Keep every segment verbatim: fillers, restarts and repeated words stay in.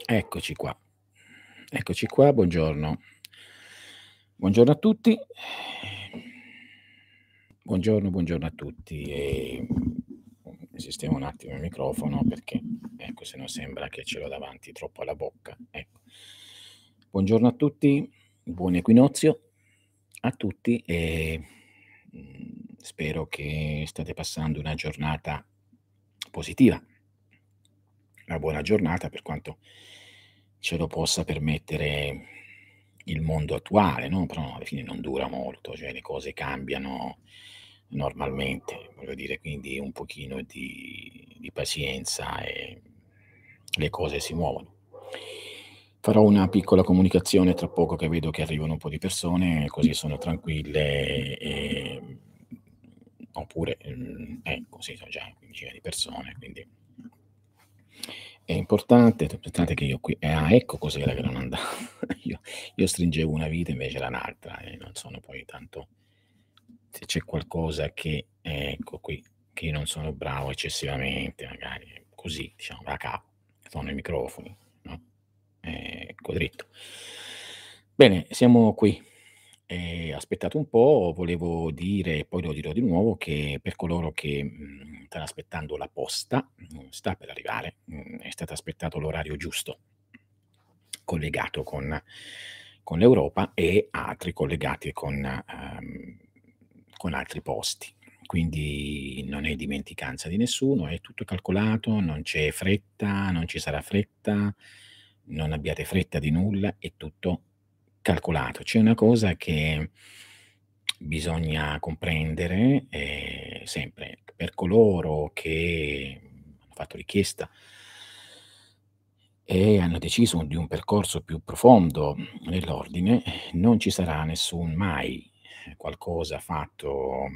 Eccoci qua. Eccoci qua, buongiorno. Buongiorno a tutti. Buongiorno, buongiorno a tutti. Ehm, sistemo un attimo il microfono perché, ecco, se no sembra che ce l'ho davanti troppo alla bocca, ecco. Buongiorno a tutti, buon equinozio a tutti e, mhmm, spero che state passando una giornata positiva. Una buona giornata per quanto ce lo possa permettere il mondo attuale, no, però alla fine non dura molto, cioè le cose cambiano normalmente, voglio dire, quindi un pochino di di pazienza e le cose si muovono. Farò una piccola comunicazione tra poco che vedo che arrivano un po' di persone, così sono tranquille, ehm, oppure, mhmm, ecco sì, sono già quindicina di persone, quindi è importante, aspettate che io qui ah, ecco cos'era che non andava. Io io stringevo una vite invece era un'altra e non sono poi tanto se c'è qualcosa che ecco qui, che io non sono bravo eccessivamente, magari così, diciamo, da capo, sono i microfoni, no, ecco dritto. Bene, siamo qui. Ehm, aspettate un po', volevo dire, e poi lo dirò di nuovo, che per coloro che, mhmm, stanno aspettando la posta, mhmm, sta per arrivare, mhmm, è stato aspettato l'orario giusto, collegato con con l'Europa e altri collegati con ehm, con altri posti. Quindi non è dimenticanza di nessuno, è tutto calcolato, non c'è fretta, non ci sarà fretta, non abbiate fretta di nulla, è tutto calcolato. C'è una cosa che bisogna comprendere, ehm, sempre per coloro che hanno fatto richiesta e hanno deciso di un percorso più profondo nell'ordine, non ci sarà nessun mai qualcosa fatto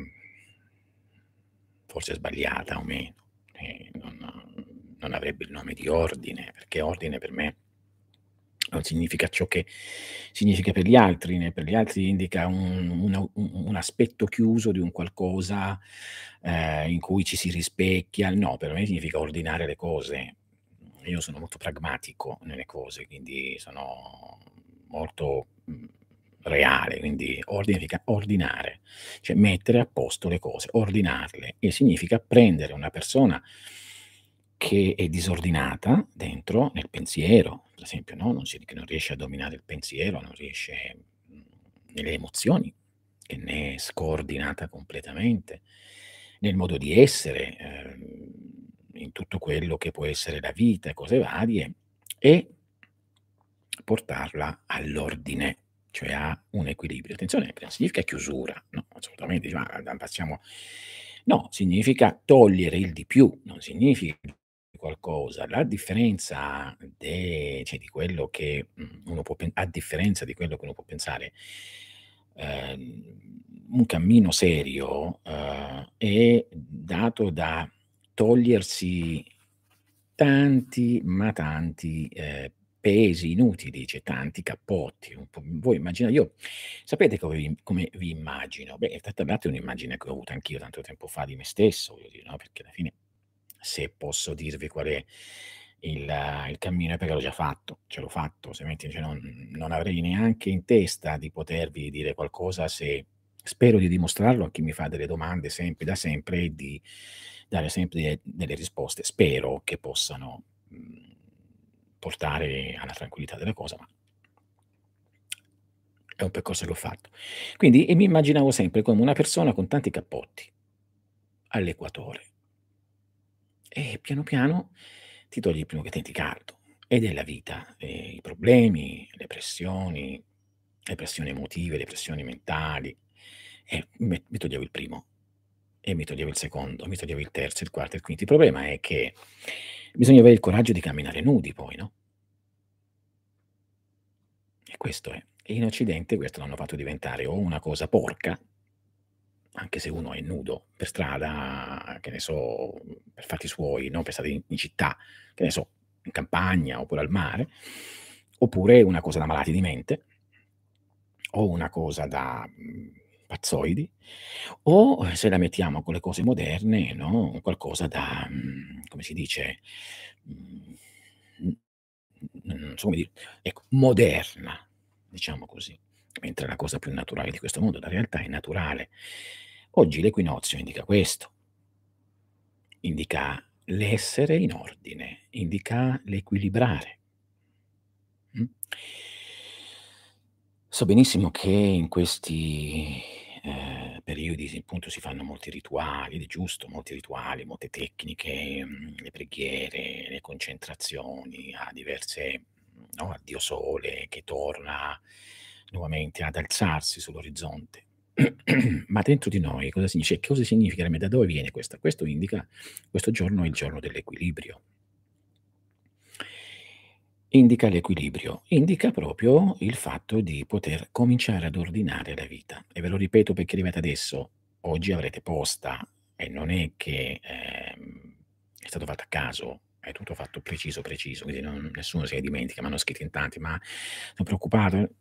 forse sbagliata o meno, ehm, non non avrebbe il nome di ordine, perché ordine per me non significa ciò che significa per gli altri, né per gli altri indica un una un un aspetto chiuso di un qualcosa, ehm, in cui ci si rispecchia. No, per me significa ordinare le cose. Io sono molto pragmatico nelle cose, quindi sono molto, mhmm, reale, quindi ordine significa ordinare, cioè mettere a posto le cose, ordinarle e significa prendere una persona che è disordinata dentro nel pensiero, per esempio, no, non si che non riesce a dominare il pensiero, non riesce, mhmm, nelle emozioni, che ne è scordinata completamente, nel modo di essere, ehm, in tutto quello che può essere la vita e cose varie, e portarla all'ordine, cioè a un equilibrio. Attenzione che non significa chiusura, no, assolutamente, dici: "Ma da passiamo" no, significa togliere il di più, non significa qualcosa. La differenza de cioè di quello che, mhmm, uno può pen a differenza di quello che uno può pensare, ehm, un cammino serio, uhm, è dato da togliersi tanti, ma tanti, ehm, pesi inutili, cioè tanti cappotti. Un po' voi immagina io sapete come vi come vi immagino? Beh, d'altra parte è un'immagine che ho avuto anch'io tanto tempo fa di me stesso, voglio dire, no, perché alla fine se posso dirvi qual è il il cammino è perché l'ho già fatto, ce l'ho fatto, altrimenti cioè non non avrei neanche in testa di potervi dire qualcosa se spero di dimostrarlo a chi mi fa delle domande sempre da sempre e di dare sempre de delle risposte. Spero che possano, mhmm, portare alla tranquillità della cosa, ma è un percorso che ho fatto. Quindi e mi immaginavo sempre come una persona con tanti cappotti all'equatore. E piano piano ti togli il primo che tenti caldo. Ed è la vita, ehm, i problemi, le pressioni, le pressioni emotive, le pressioni mentali, e me mi toglievo il primo, e mi toglievo il secondo, mi toglievo il terzo, il quarto, il quinto. Il problema è che bisogna avere il coraggio di camminare nudi poi, no, e questo è. E in Occidente questo l'hanno fatto diventare o una cosa porca, anche se uno è nudo per strada, che ne so, per fatti suoi, no, per stare in in città, che ne so, in campagna oppure al mare, oppure una cosa da malati di mente, o una cosa da, mhmm, pazzoidi, o eh, se la mettiamo con le cose moderne, no, qualcosa da, mhmm, come si dice, mhmm, non so come dire, ecco, moderna, diciamo così, mentre la cosa più naturale di questo mondo, la realtà è naturale. Oggi l'equinozio indica questo, indica l'essere in ordine, indica l'equilibrare. Mh. So benissimo che in questi, ehm, periodi si appunto si fanno molti rituali, ed è giusto, molti rituali, molte tecniche, mhmm, le preghiere, le concentrazioni a diverse no, a Dio Sole che torna nuovamente ad alzarsi sull'orizzonte. Ma dentro di noi cosa signi cioè cosa significa da dove viene questa questo indica questo giorno è il giorno dell'equilibrio. Indica l'equilibrio, indica proprio il fatto di poter cominciare ad ordinare la vita. E ve lo ripeto perché arrivate adesso, oggi avrete posta e non è che, ehm, è stato fatto a caso, è tutto fatto preciso, preciso, quindi non nessuno se ne dimentica, m'hanno scritto in tanti: "Ma son preoccupato"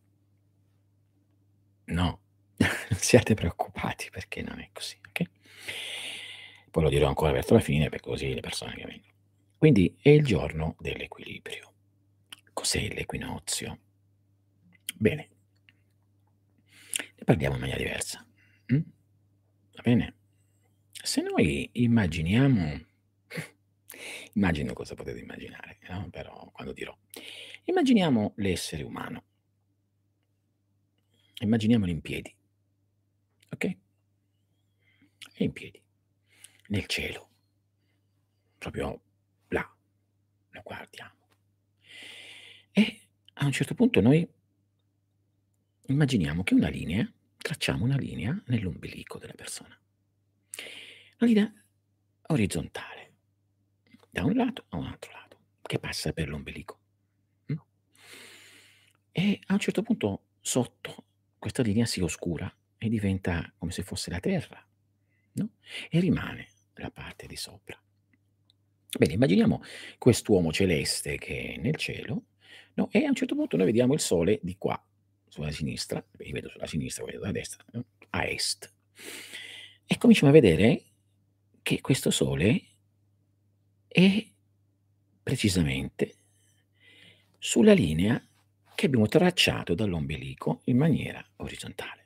no, non siate preoccupati perché non è così, okay? Poi lo dirò ancora verso la fine per così le persone che vengono. Quindi è il giorno dell'equilibrio. Cos'è l'equinozio? Bene, ne parliamo in maniera diversa, mh? Va bene? Se noi immaginiamo immagino cosa potete immaginare, no, però quando dirò. Immaginiamo l'essere umano, immaginiamolo in piedi, okay? È in piedi, nel cielo, proprio là, lo guardiamo. E a un certo punto noi immaginiamo che una linea tracciamo una linea nell'ombelico della persona. Una linea orizzontale, da un lato a un altro lato, che passa per l'ombelico, mh? E a un certo punto sotto questa linea si oscura e diventa come se fosse la terra, no, e rimane la parte di sopra. Bene, immaginiamo quest'uomo celeste che è nel cielo, no, e a un certo punto noi vediamo il sole di qua, sulla sinistra, io vedo sulla sinistra, voi vedete sulla destra, no, a est. E cominciamo a vedere che questo sole è precisamente sulla linea che abbiamo tracciato dall'ombelico in maniera orizzontale.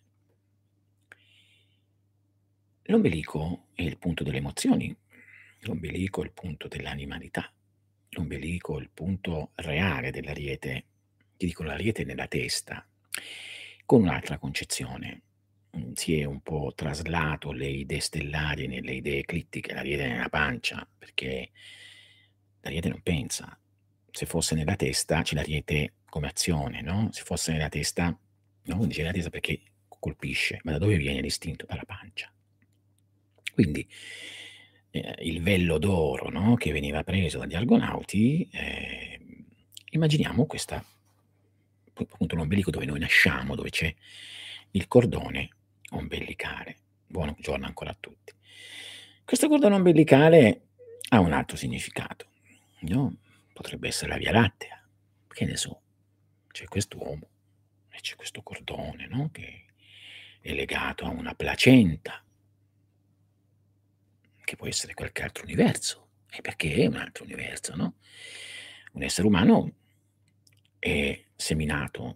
L'ombelico è il punto delle emozioni, l'ombelico è il punto dell'animalità, l'ombelico è il punto reale dell'ariete, ti dico l'ariete nella testa, con un'altra concezione. Mhmm, si è un po' traslato le idee stellari nelle idee eclittiche, l'ariete nella pancia, perché l'ariete non pensa. Se fosse nella testa c'è l'ariete come azione, no, se fosse nella testa no, uno dice nella testa perché colpisce, ma da dove viene l'istinto? Dalla pancia. Quindi, ehm, il vello d'oro, no, che veniva preso dagli Argonauti, ehm, immaginiamo questa pu appunto l'ombelico dove noi nasciamo, dove c'è il cordone ombelicale. Buon giorno ancora a tutti. Questo cordone ombelicale ha un altro significato, no, potrebbe essere la Via Lattea, che ne so. C'è quest'uomo e c'è questo cordone, no, che è legato a una placenta. Che può essere qualche altro universo. Eh, perché è un altro universo, no, un essere umano è seminato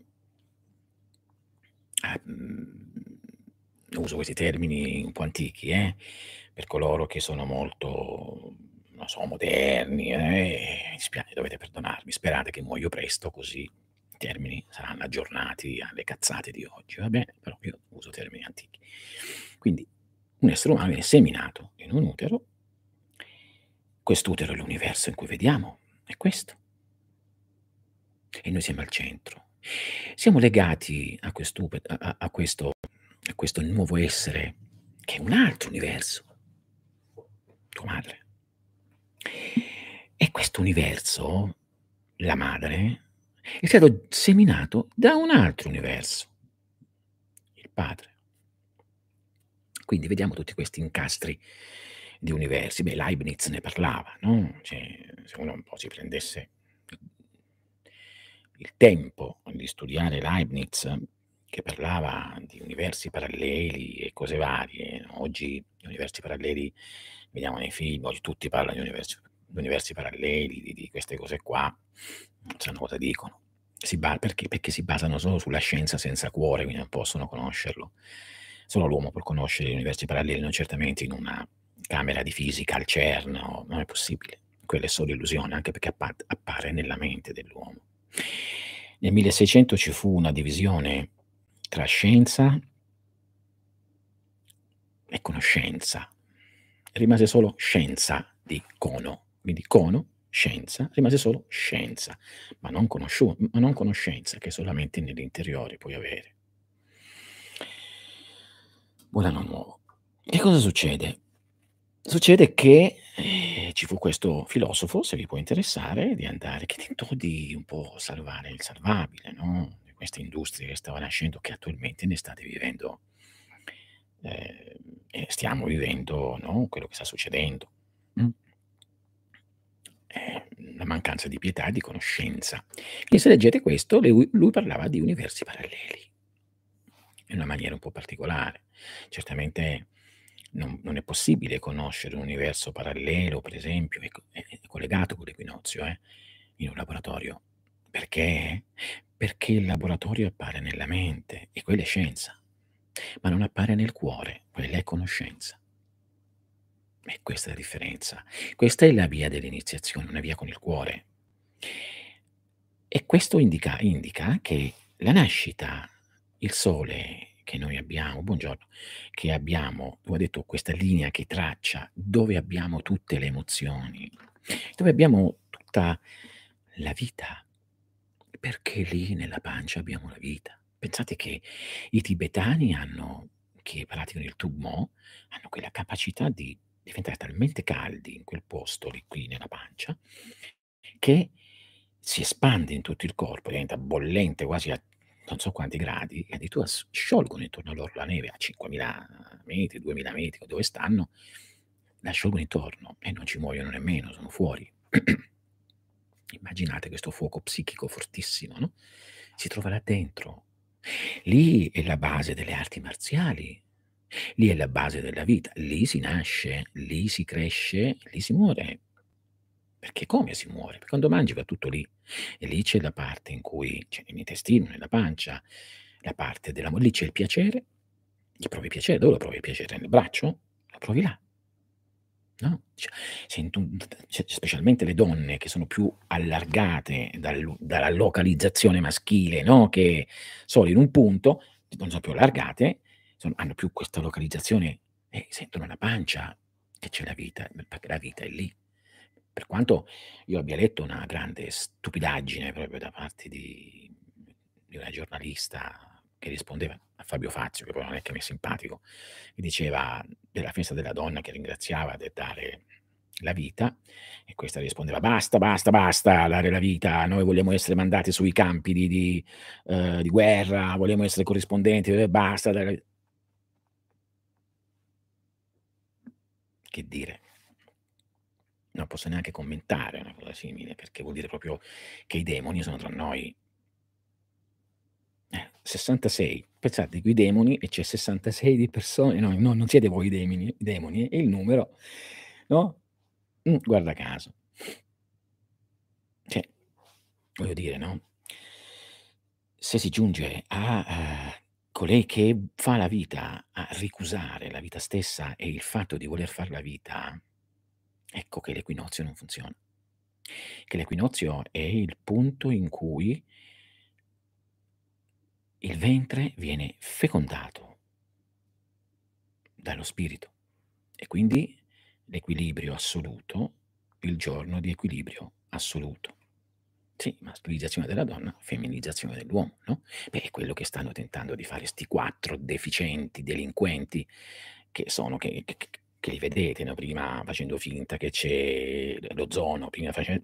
a mhmm, uso questi termini un po' antichi, eh, per coloro che sono molto, non so, moderni, eh, mi spia dovete perdonarmi, sperate che muoio presto così i termini saranno aggiornati alle cazzate di oggi, va bene, però io uso termini antichi. Quindi un essere umano viene seminato in un utero. Quest'utero è l'universo in cui vediamo, è questo. E noi siamo al centro. Siamo legati a quest'upe a a a questo a questo nuovo essere che è un altro universo, tua madre. E questo universo, la madre, è stato seminato da un altro universo, il padre. Quindi vediamo tutti questi incastri di universi. Beh, Leibniz ne parlava, no, cioè se uno un po' si prendesse il tempo di studiare Leibniz, che parlava di universi paralleli e cose varie. Oggi gli universi paralleli vediamo nei film, oggi tutti parlano di universi di universi paralleli, di di queste cose qua, non sanno cosa dicono. Si ba perché? Perché si basano solo sulla scienza senza cuore, quindi non possono conoscerlo. Solo l'uomo può conoscere gli universi paralleli, non certamente in una camera di fisica al CERN, no, non è possibile. Quella è solo illusione, anche perché appat appare nella mente dell'uomo. Nel milleseicento ci fu una divisione tra scienza e conoscenza. Rimase solo scienza di cono, quindi cono, scienza, rimase solo scienza, ma non conosciu ma non conoscenza che solamente nell'interiore puoi avere. Buon anno nuovo. Che cosa succede? Succede che, ehm, ci fu questo filosofo, se vi può interessare, di andare che tentò di un po' salvare il salvabile, no, di questa industria che stava nascendo, che attualmente ne state vivendo ehm, e stiamo vivendo, no, quello che sta succedendo. Mh. Ehm, la mancanza di pietà e di conoscenza. E se leggete questo, lui lui parlava di universi paralleli. In una maniera un po' particolare. Certamente non non è possibile conoscere un universo parallelo, per esempio, ecco, è è collegato con l'equinozio, eh, in un laboratorio. Perché? Perché il laboratorio appare nella mente e quella è scienza, ma non appare nel cuore, quella è conoscenza. E questa è la differenza. Questa è la via dell'iniziazione, una via con il cuore. E questo indica indica che la nascita, il sole che noi abbiamo buongiorno, che abbiamo, come ho detto, questa linea che traccia dove abbiamo tutte le emozioni, dove abbiamo tutta la vita, perché lì nella pancia abbiamo la vita. Pensate che i tibetani hanno che praticano il Tummo, hanno quella capacità di diventare talmente caldi in quel posto lì qui nella pancia, che si espande in tutto il corpo, diventa bollente quasi a non so quanti gradi, e addirittura s sciolgono intorno a loro la neve a cinquemila metri, duemila metri, o dove stanno, la sciolgono intorno e non ci muoiono nemmeno, sono fuori. Immaginate questo fuoco psichico fortissimo, no, si trova là dentro. Lì è la base delle arti marziali, lì è la base della vita, lì si nasce, lì si cresce, lì si muore. Perché come si muore? Perché quando mangi va tutto lì. E lì c'è la parte in cui c'è l'intestino, nella pancia, la parte dell'amo lì c'è il piacere, gli provi piacere, dove lo provi il piacere? Nel braccio? Lo provi là. No, cioè sento un t t cioè specialmente le donne che sono più allargate dal dalla localizzazione maschile, no, che solo in un punto, non so più allargate, son hanno più questa localizzazione e sentono la pancia che c'è la vita, perché la vita è lì. Per quanto io abbia letto una grande stupidaggine proprio da parte di di una giornalista che rispondeva a Fabio Fazio, che poi non è che mi è simpatico, che diceva della festa della donna che ringraziava del dare la vita e questa rispondeva: "Basta, basta, basta dare la vita, noi vogliamo essere mandati sui campi di di ehm, di guerra, vogliamo essere corrispondenti, eh, basta dare la". Che dire? Non posso neanche commentare una cosa simile, perché vuol dire proprio che i demoni sono tra noi. Eh, sessantasei. Pensate qui demoni e c'è sessantasei di persone no, no, non siete voi i demini i demoni, è il numero, no, mh, guarda caso. Cioè, voglio dire, no, se si giunge a, ehm, colei che fa la vita a ricusare la vita stessa e il fatto di voler far la vita, ecco che l'equinozio non funziona. Che l'equinozio è il punto in cui il ventre viene fecondato dallo spirito e quindi l'equilibrio assoluto, il giorno di equilibrio assoluto. Sì, mascolizzazione della donna, femminilizzazione dell'uomo, no, beh, è quello che stanno tentando di fare 'sti quattro deficienti, delinquenti che sono che che che che li vedete, no, prima facendo finta che c'è l'ozono, prima face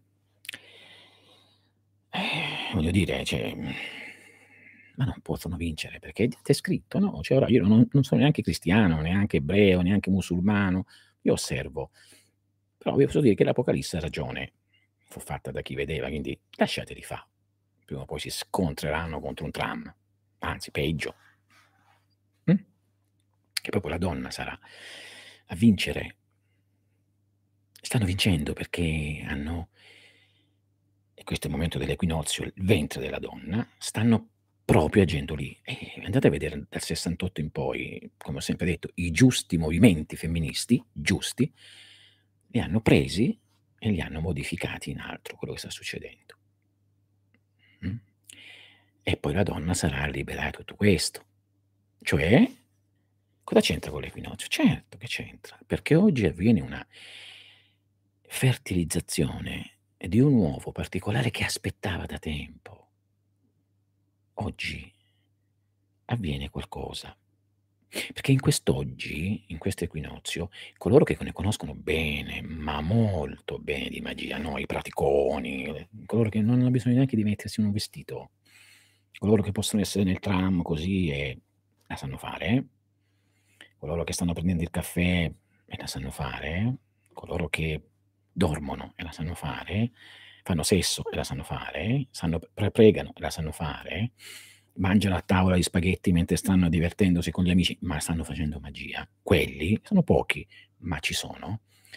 eh, voglio dire, cioè, mhmm, ma non possono vincere perché c'è scritto, no, cioè ora io non non sono neanche cristiano, neanche ebreo, neanche musulmano, io osservo. Però vi posso dire che l'Apocalisse ha ragione, fu fatta da chi vedeva, quindi lasciateli fa'. Prima o poi si scontreranno contro un tram, anzi peggio. Mh? Che proprio la donna sarà a vincere. stanno vincendo perché hanno e questo è il momento dell'equinozio, il ventre della donna, stanno proprio agendo lì. E andate a vedere dal 'sessantotto in poi, come ho sempre detto, i giusti movimenti femministi, giusti, li hanno presi e li hanno modificati in altro, quello che sta succedendo. Mh. E poi la donna sarà libera da tutto questo. Cioè? Cosa c'entra con l'equinozio? Certo che c'entra, perché oggi avviene una fertilizzazione di un uovo particolare che aspettava da tempo. Oggi avviene qualcosa. Perché in quest'oggi, in questo equinozio, coloro che ne conoscono bene, ma molto bene di magia, no, i praticoni, le coloro che non hanno bisogno neanche di mettersi un vestito, coloro che possono essere nel tram così e la sanno fare, coloro che stanno prendendo il caffè e la sanno fare, coloro che dormono e la sanno fare, fanno sesso e la sanno fare, sanno pre pregano e la sanno fare, mangiano a tavola gli spaghetti mentre stanno divertendosi con gli amici, ma stanno facendo magia. Quelli sono pochi, ma ci sono.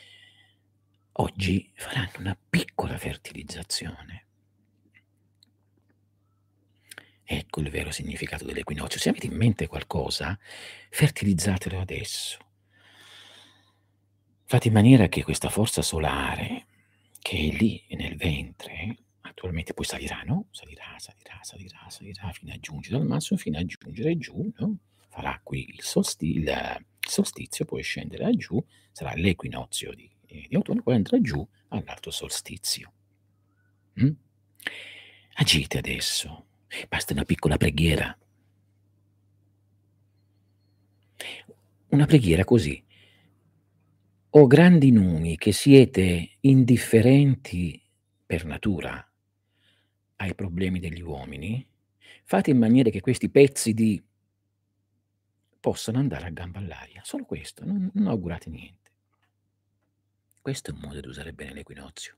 Oggi faranno una piccola fertilizzazione. Ecco il vero significato dell'equinozio. Se avete in mente qualcosa, fertilizzatelo adesso. Fate in maniera che questa forza solare, che è lì nel ventre, attualmente poi salirà, no, salirà, salirà, salirà, salirà fino a giungere al massimo, fino a giungere giù, no, farà qui il solsti il solstizio, poi scenderà giù, sarà l'equinozio di ehm, di autunno, poi andrà giù all'altro solstizio. Mh? Agite adesso, basta una piccola preghiera. Una preghiera così: "O grandi numi che siete indifferenti per natura ai problemi degli uomini, fate in maniera che questi pezzi di possano andare a gamba all'aria." Solo questo, non non augurate niente. Questo è un modo di usare bene l'equinozio.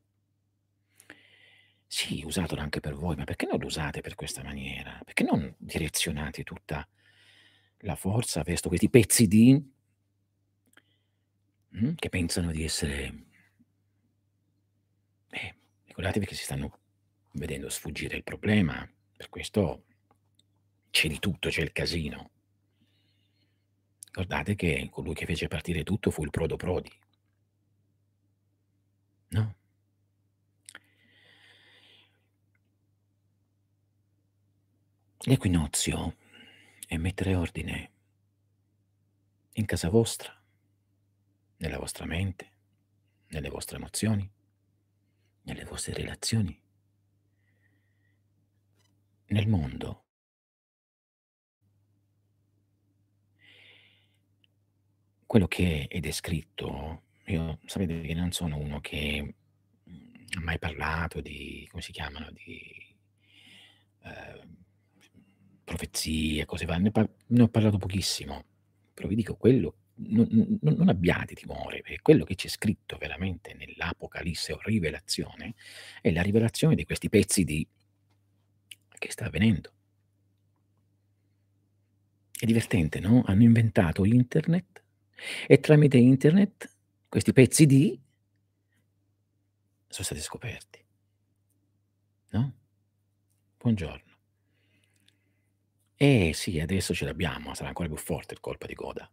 Sì, usatelo anche per voi, ma perché non lo usate per questa maniera? Perché non direzionate tutta la forza verso questi pezzi di mh, che pensano di essere eh, ricordatevi che si stanno vedendo sfuggire il problema, per questo c'è di tutto, c'è il casino. Ricordate che colui che fece partire tutto fu il Prodo Prodi, no? L'equinozio è mettere ordine in casa vostra, nella vostra mente, nelle vostre emozioni, nelle vostre relazioni, nel mondo. Quello che è descritto, io sapete che non sono uno che, mhmm, ha mai parlato di come si chiamano, di, ehm, profezie, cose va ne par ne ho parlato pochissimo, però vi dico quello non non non non abbiate timore, perché quello che c'è scritto veramente nell'Apocalisse o Rivelazione, è la rivelazione di questi pezzi di che sta avvenendo. È divertente, no, hanno inventato internet e tramite internet questi pezzi di sono stati scoperti, no? Buongiorno. Eh sì, adesso ce l'abbiamo, sarà ancora più forte il colpo di coda.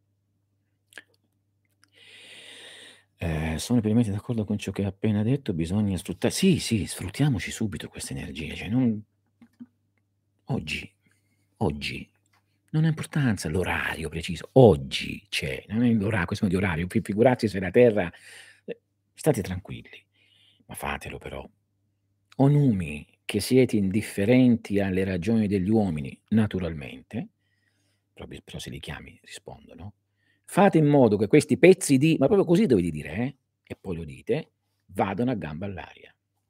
Ehm, sono pienamente d'accordo con ciò che hai appena detto, bisogna sfrutta sì, sì, sfruttiamoci subito queste energie, cioè non oggi, oggi. Non ha importanza l'orario preciso, oggi c'è, non è l'ora questione di orario, fi figurarsi se la Terra ehm, state tranquilli, ma fatelo però. O numi che siete indifferenti alle ragioni degli uomini, naturalmente, proprio però se li chiami rispondono, fate in modo che questi pezzi di ma proprio così dovete dire, eh, e poi lo dite, vadano a gamba all'aria.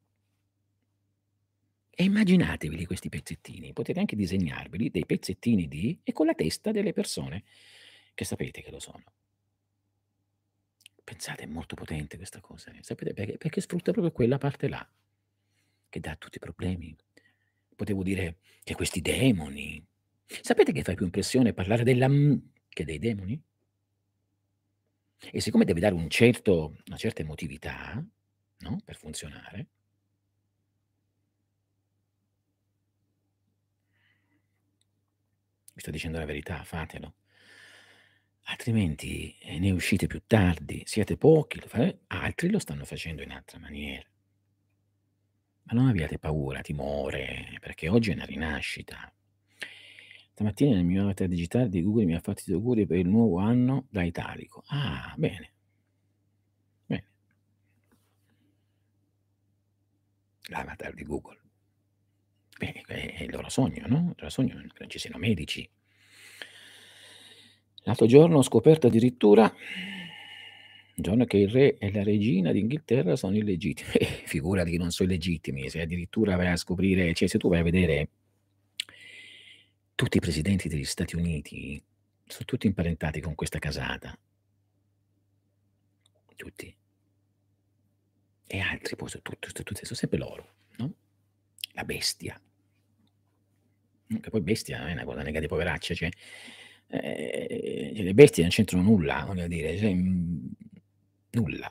E immaginatevi questi pezzettini, potete anche disegnarveli, dei pezzettini di e con la testa delle persone che sapete che lo sono. Pensate è molto potente questa cosa, eh, sapete perché? Perché sfrutta proprio quella parte là, che dà tutti i problemi. Potevo dire che questi demoni sapete che fa più impressione parlare della m che dei demoni? E siccome deve dare un certo una certa emotività, no, per funzionare vi sto dicendo la verità, fatelo. Altrimenti, ehm, ne uscite più tardi, siete pochi, lo fa eh, altri lo stanno facendo in altra maniera. Ma non abbiate paura, timore, perché oggi è una rinascita. Stamattina nel mio avatar digitale di Google mi ha fatto gli auguri per il nuovo anno da Italico. Ah, bene, bene. L'avatar di Google. Beh, è il loro sogno, no, il loro sogno è che non ci siano medici. L'altro giorno ho scoperto addirittura il giorno che il re e la regina d'Inghilterra sono illegittimi. Eh, figurati che non so illegittimi, se addirittura vai a scoprire cioè se tu vai a vedere tutti i presidenti degli Stati Uniti son tutti imparentati con questa casata. Tutti. E altri poi so tutto sto tutti so sempre loro, no, la bestia. Mh, che poi bestia non è una cosa nega di poveracce, cioè, ehm, cioè le bestie non c'entrano nulla, voglio dire, cioè, mhmm, nulla.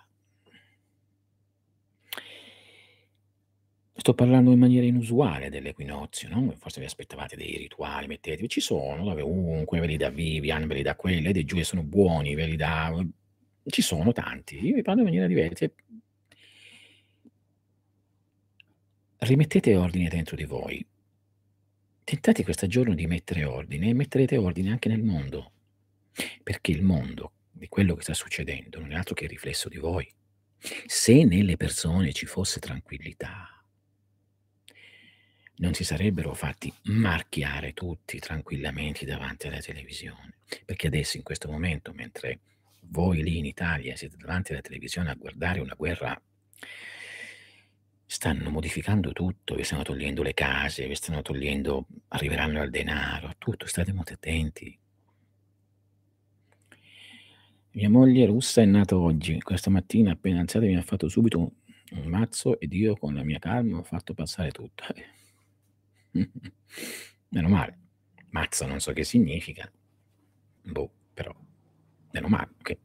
Sto parlando in maniera inusuale dell'equinozio, no, forse vi aspettavate dei rituali, mettetevi ci sono, dove ovunque, ve li dà Vivian, ve li dà quella, e dei giù e sono buoni, ve li dà uhm, ci sono tanti. Io vi parlo in maniera diversa. Rimettete ordine dentro di voi. Tentate questa giorno di mettere ordine e metterete ordine anche nel mondo, perché il mondo, di quello che sta succedendo, non è altro che il riflesso di voi. Se nelle persone ci fosse tranquillità non si sarebbero fatti marchiare tutti tranquillamente davanti alla televisione, perché adesso in questo momento, mentre voi lì in Italia siete davanti alla televisione a guardare una guerra, stanno modificando tutto, vi stanno togliendo le case, vi stanno togliendo arriveranno al denaro, a tutto, state molto attenti. Mia moglie russa è nata oggi, questa mattina appena alzata mi ha fatto subito un mazzo ed io con la mia calma ho fatto passare tutto. Meno male. Mazzo non so che significa. Boh, però meno male che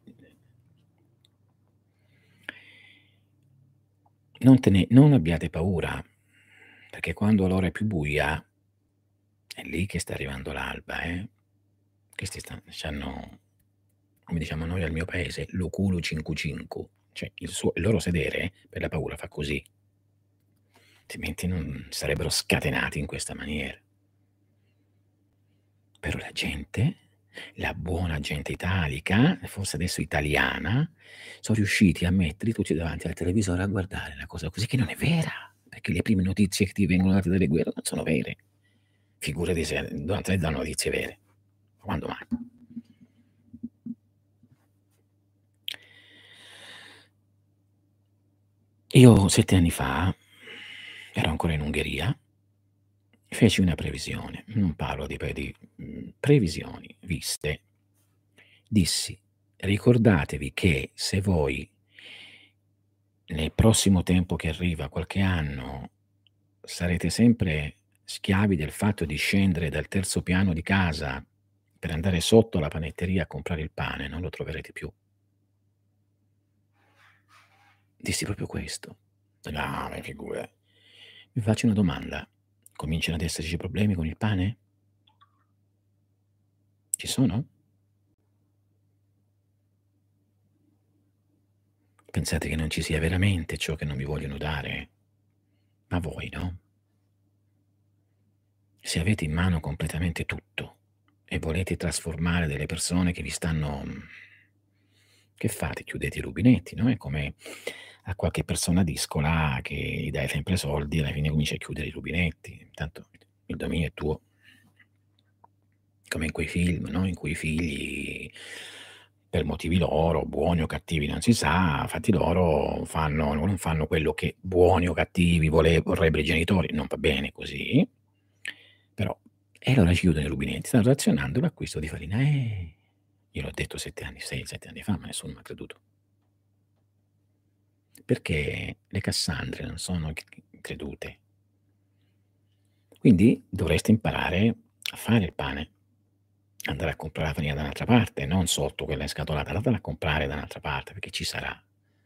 non te ne non abbiate paura, perché quando l'ora è più buia è lì che sta arrivando l'alba, eh. Questi stan c'hanno, come diciamo noi al mio paese, "lu culu cincu cincu", cioè il suo il loro sedere per la paura fa così. Altrimenti non sarebbero scatenati in questa maniera. Però la gente, la buona gente italica, forse adesso italiana, son riusciti a metterli tutti davanti al televisore a guardare una cosa così che non è vera, perché le prime notizie che ti vengono date dalle guerre non sono vere. Figurati se durante le danno notizie vere. Quando mai? Io sette anni fa, ero ancora in Ungheria, feci una previsione, non parlo di pre di mhmm, previsioni viste. Dissi: "Ricordatevi che se voi nel prossimo tempo che arriva, qualche anno, sarete sempre schiavi del fatto di scendere dal terzo piano di casa per andare sotto alla panetteria a comprare il pane, non lo troverete più." Dissi proprio questo. No, ma figura vi faccio una domanda: cominciano ad esserci problemi con il pane? Ci sono? Pensate che non ci sia veramente ciò che non vi vogliono dare? Ma voi no? Se avete in mano completamente tutto e volete trasformare delle persone che vi stanno mhmm, che fate? Chiudete i rubinetti, no, è come a qualche persona discola che gli dai sempre soldi e alla fine comincia a chiudere i rubinetti, tanto il dominio è tuo. Come in quei film, no, in cui i figli, per motivi loro, buoni o cattivi non si sa, fatti loro fanno non fanno quello che buoni o cattivi vole vorrebbero i genitori, non va bene così, però e allora ci chiudono i rubinetti, stanno razionando l'acquisto di farina. Eh, gliel'ho detto sette anni sei, sette anni fa, ma nessuno m'ha creduto. Perché le Cassandre non sono c credute. Quindi dovreste imparare a fare il pane. andare a comprare la farina da un'altra parte, non sotto quella inscatolata, andatela a comprare da un'altra parte perché ci sarà.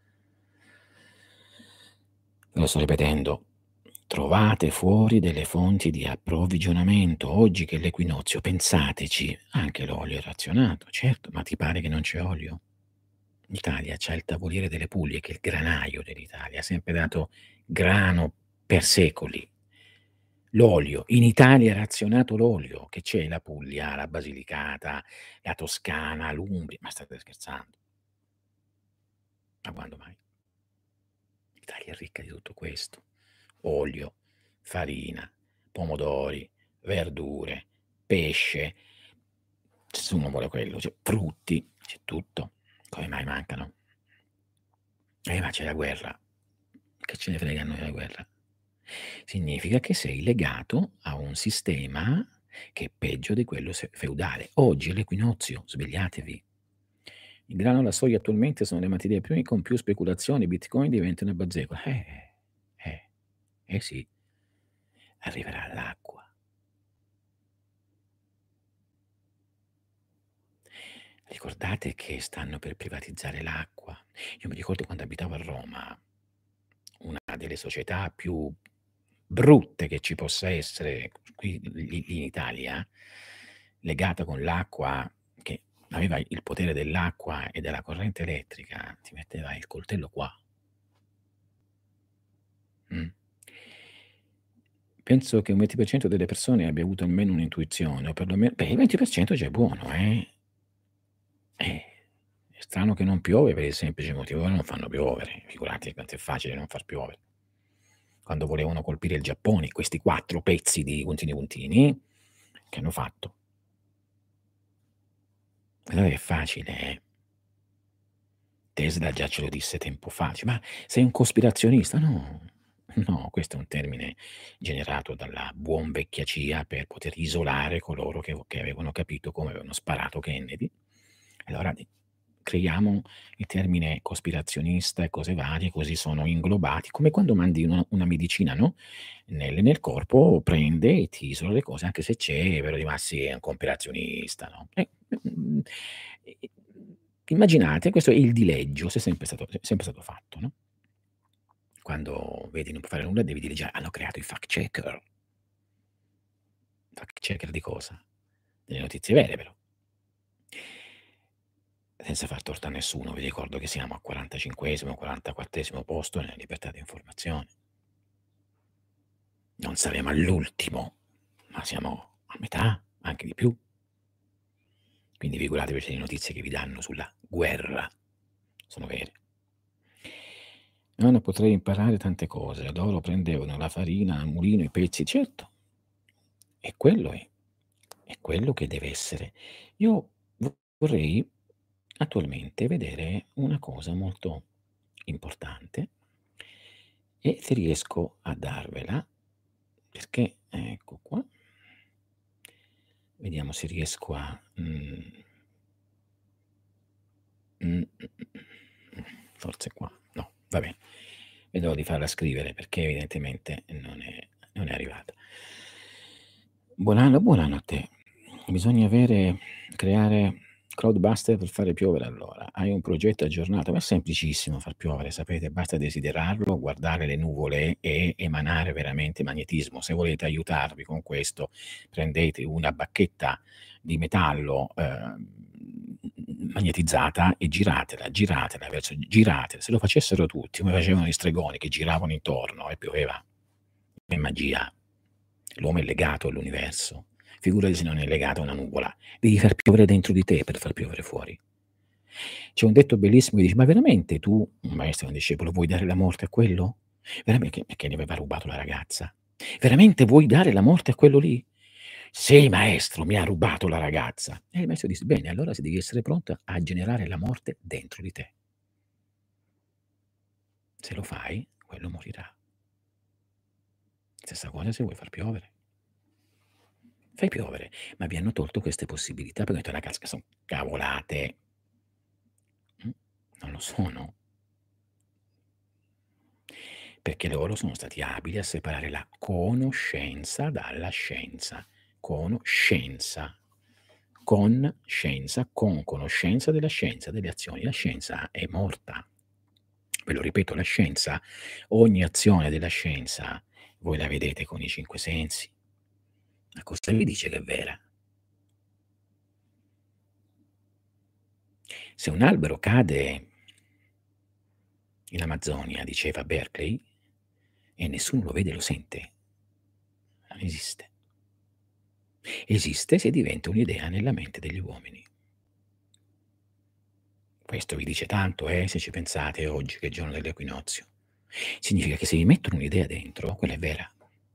Lo sto ripetendo, trovate fuori delle fonti di approvvigionamento. Oggi che è l'equinozio, pensateci, anche l'olio è razionato, certo, ma ti pare che non c'è olio? L'Italia c'ha il Tavoliere delle Puglie, che è il granaio dell'Italia, ha sempre dato grano per secoli. L'olio, in Italia è razionato l'olio, che c'è la Puglia, la Basilicata, la Toscana, l'Umbria, ma state scherzando? Ma quando mai? L'Italia è ricca di tutto questo: olio, farina, pomodori, verdure, pesce. Nessuno vuole quello, cioè frutti, c'è tutto. Come mai mancano? Eh, ma c'è la guerra. Che ce ne frega a noi della guerra? Significa che sei legato a un sistema che è peggio di quello se feudale. Oggi è l'equinozio, svegliatevi. Il grano e la soia attualmente sono le materie prime con più speculazioni, Bitcoin diventa una bazzecola. Eh, eh, eh sì, arriverà l'acqua. Ricordate che stanno per privatizzare l'acqua. Io mi ricordo quando abitavo a Roma, una delle società più brutte che ci possa essere qui lì in Italia, legata con l'acqua, che aveva il potere dell'acqua e della corrente elettrica, ti metteva il coltello qua. Mh. Penso che un venti per cento delle persone abbia avuto almeno un'intuizione, o perlome beh, il venti per cento già è buono, eh. Eh, è strano che non piove per il semplice motivo che non fanno piovere, figurati quanto è facile non far piovere. Quando volevano colpire il Giappone, questi quattro pezzi di puntini puntini, che hanno fatto? Guardate che è facile, eh. Tesla già ce lo disse tempo fa, dice: "Ma sei un cospirazionista?" No, no, questo è un termine generato dalla buon vecchia C I A per poter isolare coloro che che avevano capito come avevano sparato Kennedy. Allora di creiamo il termine cospirazionista e cose varie, così sono inglobati, come quando mandi una una medicina, no, nel nel corpo prende e ti isola le cose, anche se c'è, però di: "Ma sì, è un cospirazionista", no? Eh, mhmm, e e immaginate, questo è il dileggio, se è sempre stato è sempre stato fatto, no? Quando vedi non puoi fare nulla devi dire: "Già, hanno creato i fact checker". Fact checker di cosa? Delle notizie vere però. Senza far torto a nessuno, vi ricordo che siamo al quarantacinquesimo, quarantaquattresimo posto nella libertà di informazione. Non saremo all'ultimo, ma siamo a metà, anche di più. Quindi figuratevi se le notizie che vi danno sulla guerra sono vere. Nonno potrei imparare tante cose, loro prendevano la farina al mulino, i pezzi, certo, e quello è, è quello che deve essere. Io vo- vorrei attualmente vedere una cosa molto importante e se riesco a darvela, perché ecco qua, vediamo se riesco a... mm, mm, mm, mm, forse qua, no, va bene. Vedo di farla scrivere perché evidentemente non è, non è arrivata. Buon anno, buon anno a te. Bisogna avere creare Crowdbuster per fare piovere allora. Hai un progetto aggiornato, ma è semplicissimo far piovere, sapete, basta desiderarlo, guardare le nuvole e emanare veramente magnetismo. Se volete aiutarvi con questo, prendete una bacchetta di metallo, ehm, magnetizzata e giratela, giratela verso giratela. Se lo facessero tutti, come facevano gli stregoni che giravano intorno e pioveva. È magia. L'uomo è legato all'universo. Figurati se non è legato a una nuvola. Devi far piovere dentro di te per far piovere fuori. C'è un detto bellissimo che dice: "Ma veramente tu, un maestro e un discepolo, vuoi dare la morte a quello? Veramente perché gli aveva rubato la ragazza. Veramente vuoi dare la morte a quello lì? Sì, maestro, mi ha rubato la ragazza." E il maestro disse: "Bene, allora se devi essere pronto a generare la morte dentro di te. Se lo fai, quello morirà." Stessa cosa se vuoi far piovere. Fai piovere, ma vi hanno tolto queste possibilità perché hanno detto: "Ragazzi, son cavolate." Mh, non lo sono. Perché loro sono stati abili a separare la conoscenza dalla scienza. Conoscenza. con scienza, con conoscenza della scienza, delle azioni. La scienza è morta. Ve lo ripeto, la scienza, ogni azione della scienza, voi la vedete con i cinque sensi. Ma cosa vi dice che è vera? Se un albero cade in Amazzonia, diceva Berkeley, e nessuno lo vede e lo sente, non esiste. Esiste se diventa un'idea nella mente degli uomini. Questo vi dice tanto, eh, se ci pensate oggi che è il giorno dell'equinozio. Significa che se vi mettono un'idea dentro, quella è vera.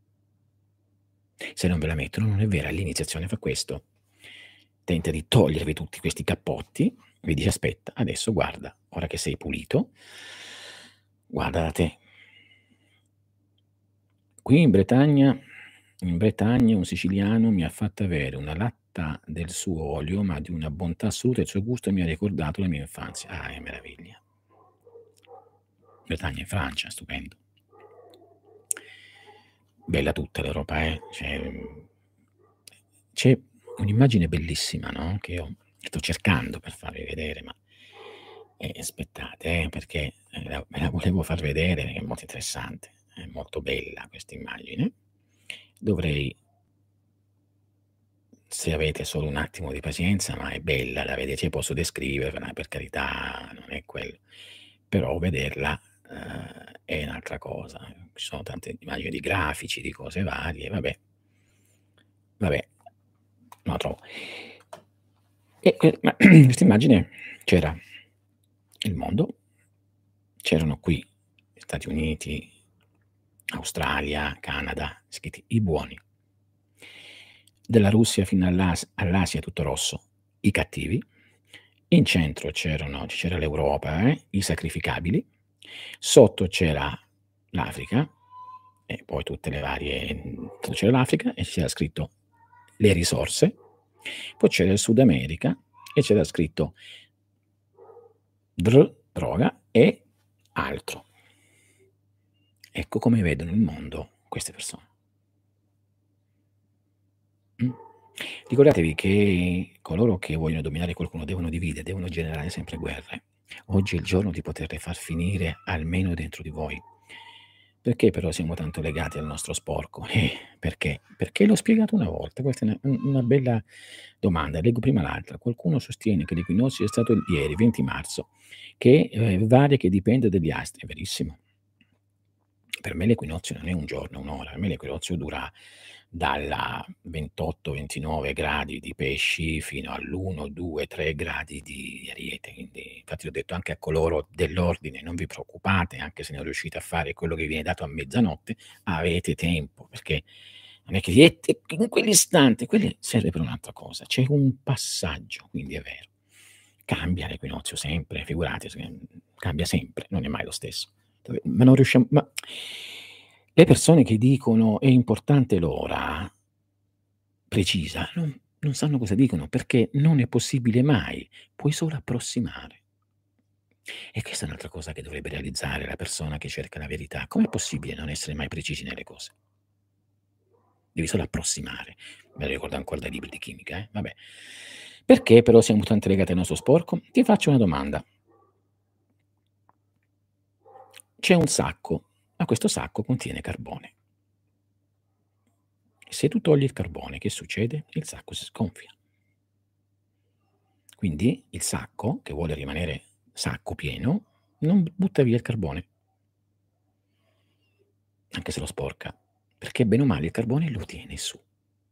Se non ve la mettono, non è vera. L'iniziazione fa questo. Tenta di togliervi tutti questi cappotti, vi dice aspetta, adesso guarda, ora che sei pulito, guarda da te. Qui in Bretagna, in Bretagna un siciliano mi ha fatto avere una latta del suo olio, ma di una bontà assoluta, il suo gusto mi ha ricordato la mia infanzia. Ah, che meraviglia. Bretagna in Francia, stupendo. Bella tutta l'Europa, eh. C'è, c'è un'immagine bellissima, no? Che io sto cercando per farvi vedere, ma eh, aspettate, eh, perché eh, me la volevo far vedere, è molto interessante, è molto bella questa immagine. Dovrei, se avete solo un attimo di pazienza, ma è bella, la vedete, posso descriverla, per carità, non è quello, però vederla eh, è un'altra cosa. Ci sono tante immagini di grafici, di cose varie, vabbè, vabbè, non la trovo. E que- questa immagine c'era il mondo, c'erano qui Stati Uniti, Australia, Canada, scritti i buoni. Della Russia fino all'As- all'Asia tutto rosso, i cattivi. In centro c'erano, c'era l'Europa, eh, i sacrificabili. Sotto c'era l'Africa e poi tutte le varie, sotto c'era l'Africa e c'era scritto le risorse. Poi c'era il Sud America e c'era scritto dr, droga e altro. Ecco come vedono il mondo queste persone. Mm. Ricordatevi che coloro che vogliono dominare qualcuno devono dividere, devono generare sempre guerre. Oggi è il giorno di poterle far finire almeno dentro di voi. Perché però siamo tanto legati al nostro sporco? Eh, perché? Perché l'ho spiegato una volta, questa è una, una bella domanda, leggo prima l'altra. Qualcuno sostiene che l'equinozio è stato ieri, venti marzo, che eh, varia che dipende dagli astri, è verissimo. Per me l'equinozio non è un giorno, un'ora, per me l'equinozio dura dalla ventotto ventinove gradi di Pesci fino all'uno, due, tre gradi di Ariete. Quindi, infatti ho detto anche a coloro dell'ordine, non vi preoccupate, anche se non riuscite a fare quello che viene dato a mezzanotte, avete tempo, perché non è che siete in quell'istante, quello serve per un'altra cosa, c'è un passaggio, quindi è vero. Cambia l'equinozio sempre, figurate, cambia sempre, non è mai lo stesso. Ma non riusciamo, ma le persone che dicono è importante l'ora precisa, non, non sanno cosa dicono, perché non è possibile mai, puoi solo approssimare. E questa è un'altra cosa che dovrebbe realizzare la persona che cerca la verità. Com'è possibile non essere mai precisi nelle cose? Devi solo approssimare. Me lo ricordo ancora dai libri di chimica, eh? Vabbè. Perché però siamo tanto legati al nostro sporco? Ti faccio una domanda. C'è un sacco, ma questo sacco contiene carbone. Se tu togli il carbone, che succede? Il sacco si sgonfia. Quindi il sacco, che vuole rimanere sacco pieno, non butta via il carbone, anche se lo sporca, perché bene o male il carbone lo tiene su.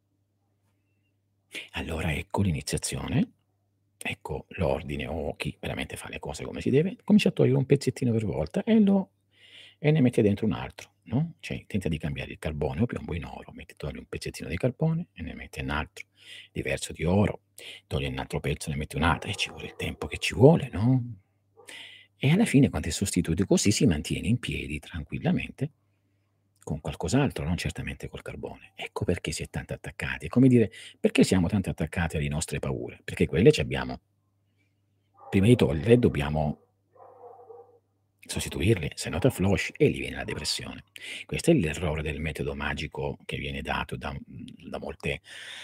Allora ecco l'iniziazione, ecco l'ordine o chi veramente fa le cose come si deve, comincia a togliere un pezzettino per volta e, lo, e ne mette dentro un altro. No? Cioè tenta di cambiare il carbone o piombo in oro, metti, togli un pezzettino di carbone e ne metti un altro diverso di oro, togli un altro pezzo e ne metti un altro e ci vuole il tempo che ci vuole, no? E alla fine quando è sostituito così si mantiene in piedi tranquillamente con qualcos'altro, non certamente col carbone. Ecco perché si è tanto attaccati. È come dire, perché siamo tanto attaccati alle nostre paure? Perché quelle ci abbiamo. Prima di toglierle dobbiamo sostituirle, se no ti afflosci e lì viene la depressione. Questo è l'errore del metodo magico che viene dato da, da molte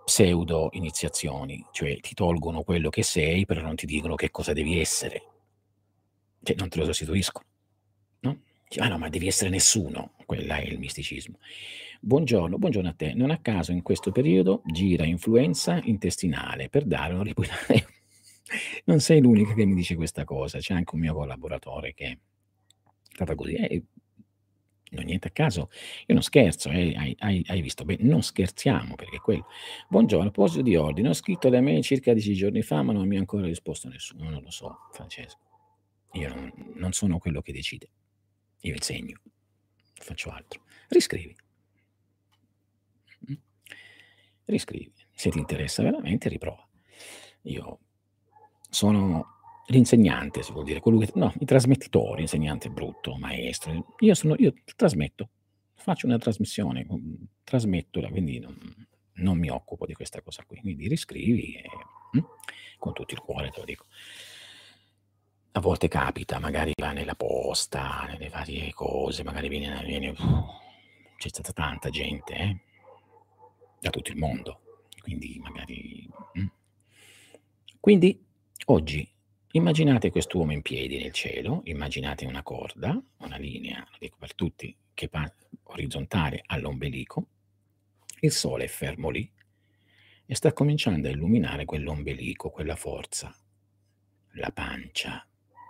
pseudo iniziazioni, cioè ti tolgono quello che sei, però non ti dicono che cosa devi essere. Cioè non te lo sostituiscono, no? Dici: "Ah no, ma devi essere nessuno", quella è il misticismo. Buongiorno, buongiorno a te. Non a caso in questo periodo gira influenza intestinale per dare una riposa non sei l'unica che mi dice questa cosa, c'è anche un mio collaboratore che è stata così, eh, non niente a caso. Io non scherzo, eh, hai hai hai visto bene, non scherziamo perché è quello. Buongiorno, a proposito di ordine, ho scritto da me circa dieci giorni fa, ma non mi ha ancora risposto nessuno. Non lo so, Francesco. Io non non sono quello che decide. Io insegno, non faccio altro. Riscrivi. Mh. Riscrivi. Se ti interessa veramente riprova. Io sono l'insegnante, si vuol dire, colui che no, il trasmettitore, insegnante è brutto, maestro. Io sono io trasmetto, faccio una trasmissione, mhmm, trasmetto, quindi non non mi occupo di questa cosa qui. Quindi riscrivi e mh, con tutto il cuore te lo dico. A volte capita, magari va nella posta, nelle varie cose, magari viene viene c'è stata tanta gente, eh, da tutto il mondo, quindi magari mh. Quindi oggi immaginate quest'uomo in piedi nel cielo, immaginate una corda, una linea, lo dico per tutti, che va orizzontale all'ombelico, il sole è fermo lì e sta cominciando a illuminare quell'ombelico, quella forza, la pancia,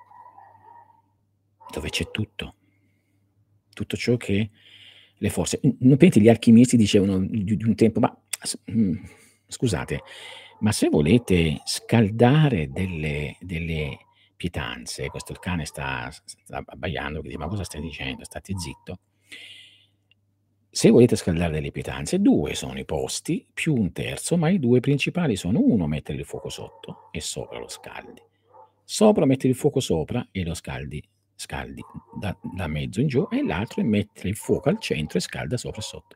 dove c'è tutto. Tutto ciò che le forze n non pensi gli alchimisti dicevano di di un tempo: "Ma s mhmm, scusate, ma se volete scaldare delle delle pietanze", questo il cane sta s sta abbaiando, quindi: "Ma cosa stai dicendo? State zitto". Se volete scaldare delle pietanze, due sono i posti più un terzo, ma i due principali sono: uno mettere il fuoco sotto e sopra lo scaldi. Sopra metti il fuoco sopra e lo scaldi scaldi da da mezzo in giù, e l'altro è mettere il fuoco al centro e scalda sopra e sotto.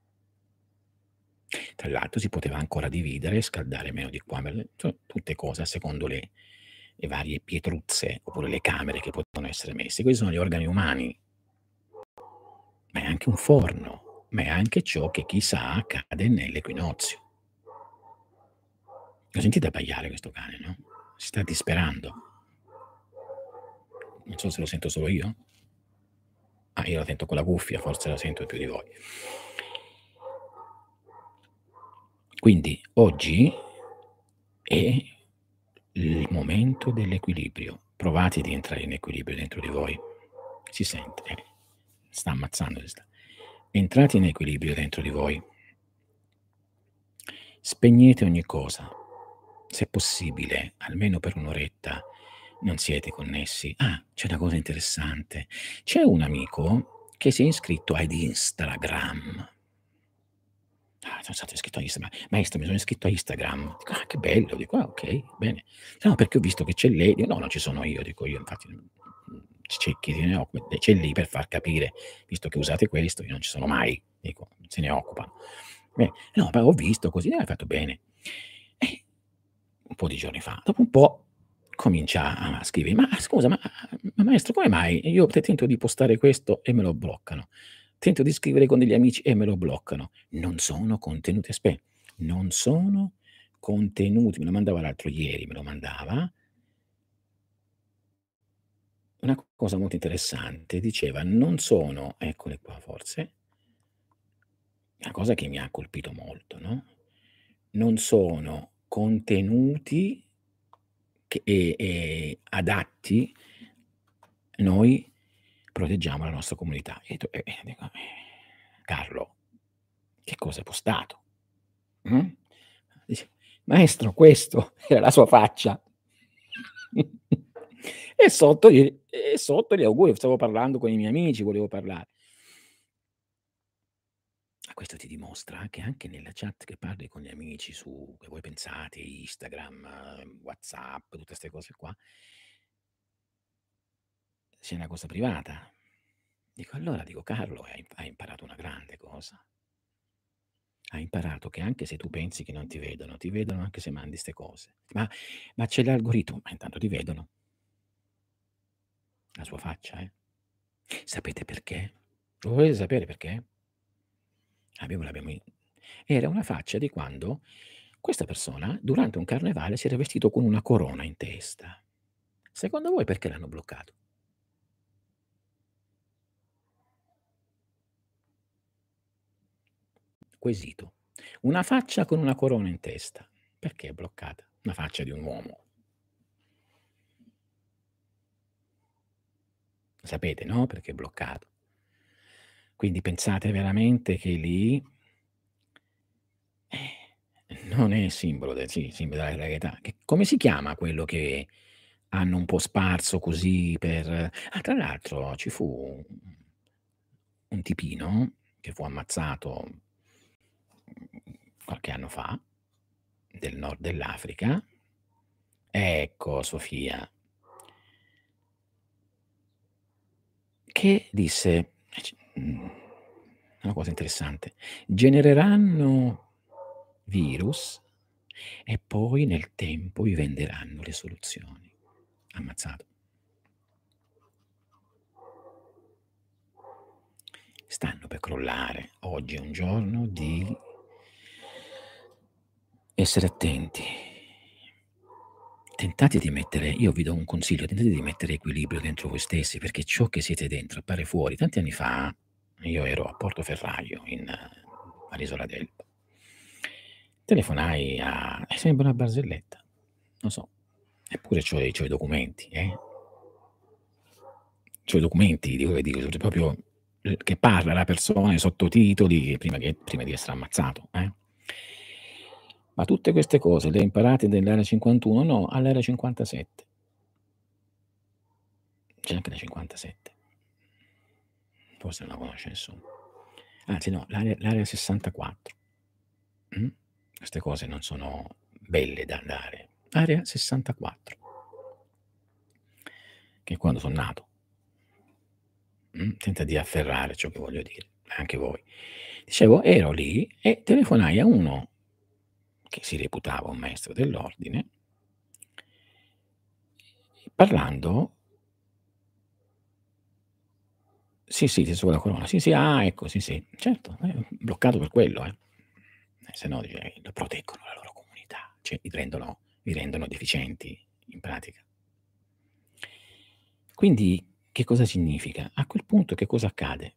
Tra l'altro si poteva ancora dividere e scaldare meno di qua, me cioè tutte cose a secondo le le varie pietruzze, oppure le camere che potevano essere messe. Questi sono gli organi umani, ma è anche un forno, ma è anche ciò che chissà accade nell'equinozio. Lo sentite abbaiare questo cane, no, si sta disperando. Non so se lo sento solo io? Ah, io la sento con la cuffia, forse la sento più di voi. Quindi oggi è il momento dell'equilibrio. Provate ad entrare in equilibrio dentro di voi. Si sente, eh, sta ammazzando, si sta. Entrate in equilibrio dentro di voi. Spegnete ogni cosa. Se possibile, almeno per un'oretta non siete connessi. Ah, c'è una cosa interessante. C'è un amico che si è iscritto ad Instagram. Ah, sono stato iscritto a Instagram. "Maestro, mi sono iscritto a Instagram." Dico: "Ah, che bello." Dico: "Ah, okay, bene." "No, perché ho visto che c'è lei." Dico: "No, non ci sono io." Dico io, infatti, mhmm, c'è chi se ne occupa, c'è lì per far capire, visto che usate questo, io non ci sono mai. Dico, se ne occupano. Beh, no, ma ho visto così, eh, hai fatto bene. Eh, un po' di giorni fa, dopo un po' comincia a scrivere: "Ma scusa, ma ma maestro, come mai io te tento di postare questo e me lo bloccano? Tento di scrivere con degli amici e me lo bloccano. Non sono contenuti", aspe non sono contenuti, me lo mandava l'altro ieri, me lo mandava, una cosa molto interessante, diceva: "Non sono", eccole qua forse, una cosa che mi ha colpito molto, no, "non sono contenuti che e ehm, adatti, noi proteggiamo la nostra comunità." E tu e e dico: "Eh, Carlo, che cosa hai postato?" Mh? Dice: "Maestro, questo", era la sua faccia. E sotto gli e sotto gli auguri, stavo parlando con i miei amici, volevo parlare. Ma questo ti dimostra che anche nella chat che parli con gli amici su che voi pensate, Instagram, WhatsApp, tutte 'ste cose qua, sia una cosa privata. Dico: "Allora", dico, "Carlo hai hai imparato una grande cosa. Hai imparato che anche se tu pensi che non ti vedono, ti vedono anche se mandi 'ste cose. Ma ma c'è l'algoritmo", ma intanto ti vedono, la sua faccia, eh. Sapete perché? Lo volete sapere perché? Abbiamo l'abbiamo i Era una faccia di quando questa persona, durante un carnevale, si era vestito con una corona in testa. Secondo voi perché l'hanno bloccato? Quesito. Una faccia con una corona in testa. Perché è bloccata? Una faccia di un uomo. Sapete, no, perché è bloccato. Quindi pensate veramente che lì eh, non è simbolo del sì, simbolo della regalità. Che come si chiama quello che hanno un po' sparso così per ah, tra l'altro ci fu un un tipino che fu ammazzato, mhmm, qualche anno fa, del nord dell'Africa. Ecco, Sofia. Che disse e c mhmm, una cosa interessante: "Genereranno virus e poi nel tempo vi venderanno le soluzioni." Ammazzato. Stanno per crollare. Oggi è un giorno di essere attenti. Tentate di mettere io vi do un consiglio, tentate di mettere equilibrio dentro voi stessi, perché ciò che siete dentro appare fuori. Tanti anni fa io ero a Portoferraio in all'isola d'Elba. Telefonai a e sembra una barzelletta, lo so, eppure c'ho i c'ho i documenti, eh. C'ho i documenti, dico che dico proprio l che parla la persona, i sottotitoli prima che prima di essere ammazzato, eh. Ma tutte queste cose le ha imparate nell'area cinquantuno? No, all'area cinquantasette. C'è anche la cinquantasette. Forse non la conosce nessuno. Anzi no, l'area l'area sessantaquattro. Mh? Queste cose non sono belle da andare. Area sessantaquattro. Che è quando son nato. Mh, tenta di afferrare ciò che voglio dire, anche voi. Dicevo, ero lì e telefonai a uno che si reputava un maestro dell'ordine parlando Sì, sì, ti la corona. Sì, sì, ah, ecco, sì, sì, certo, eh, bloccato per quello, eh. Eh, se no dice lo proteggono la loro comunità, cioè li rendono li rendono deficienti in pratica. Quindi che cosa significa? A quel punto che cosa accade?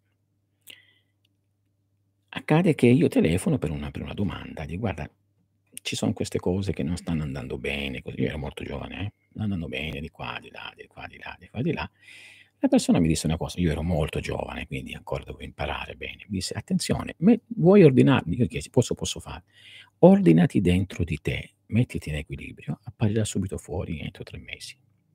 Accade che io telefono per una per una domanda, di: "Guarda, ci son queste cose che non stanno andando bene", così io ero molto giovane, eh, "non andando bene di qua, di là, di qua, di là, di qua, di là". La persona mi disse una cosa, io ero molto giovane, quindi ancora dovevo imparare bene. Mi disse: "Attenzione, me vuoi ordinarmi" io chiesi: "Posso posso fare?" "Ordinati dentro di te, mettiti in equilibrio, apparirà subito fuori entro tre mesi."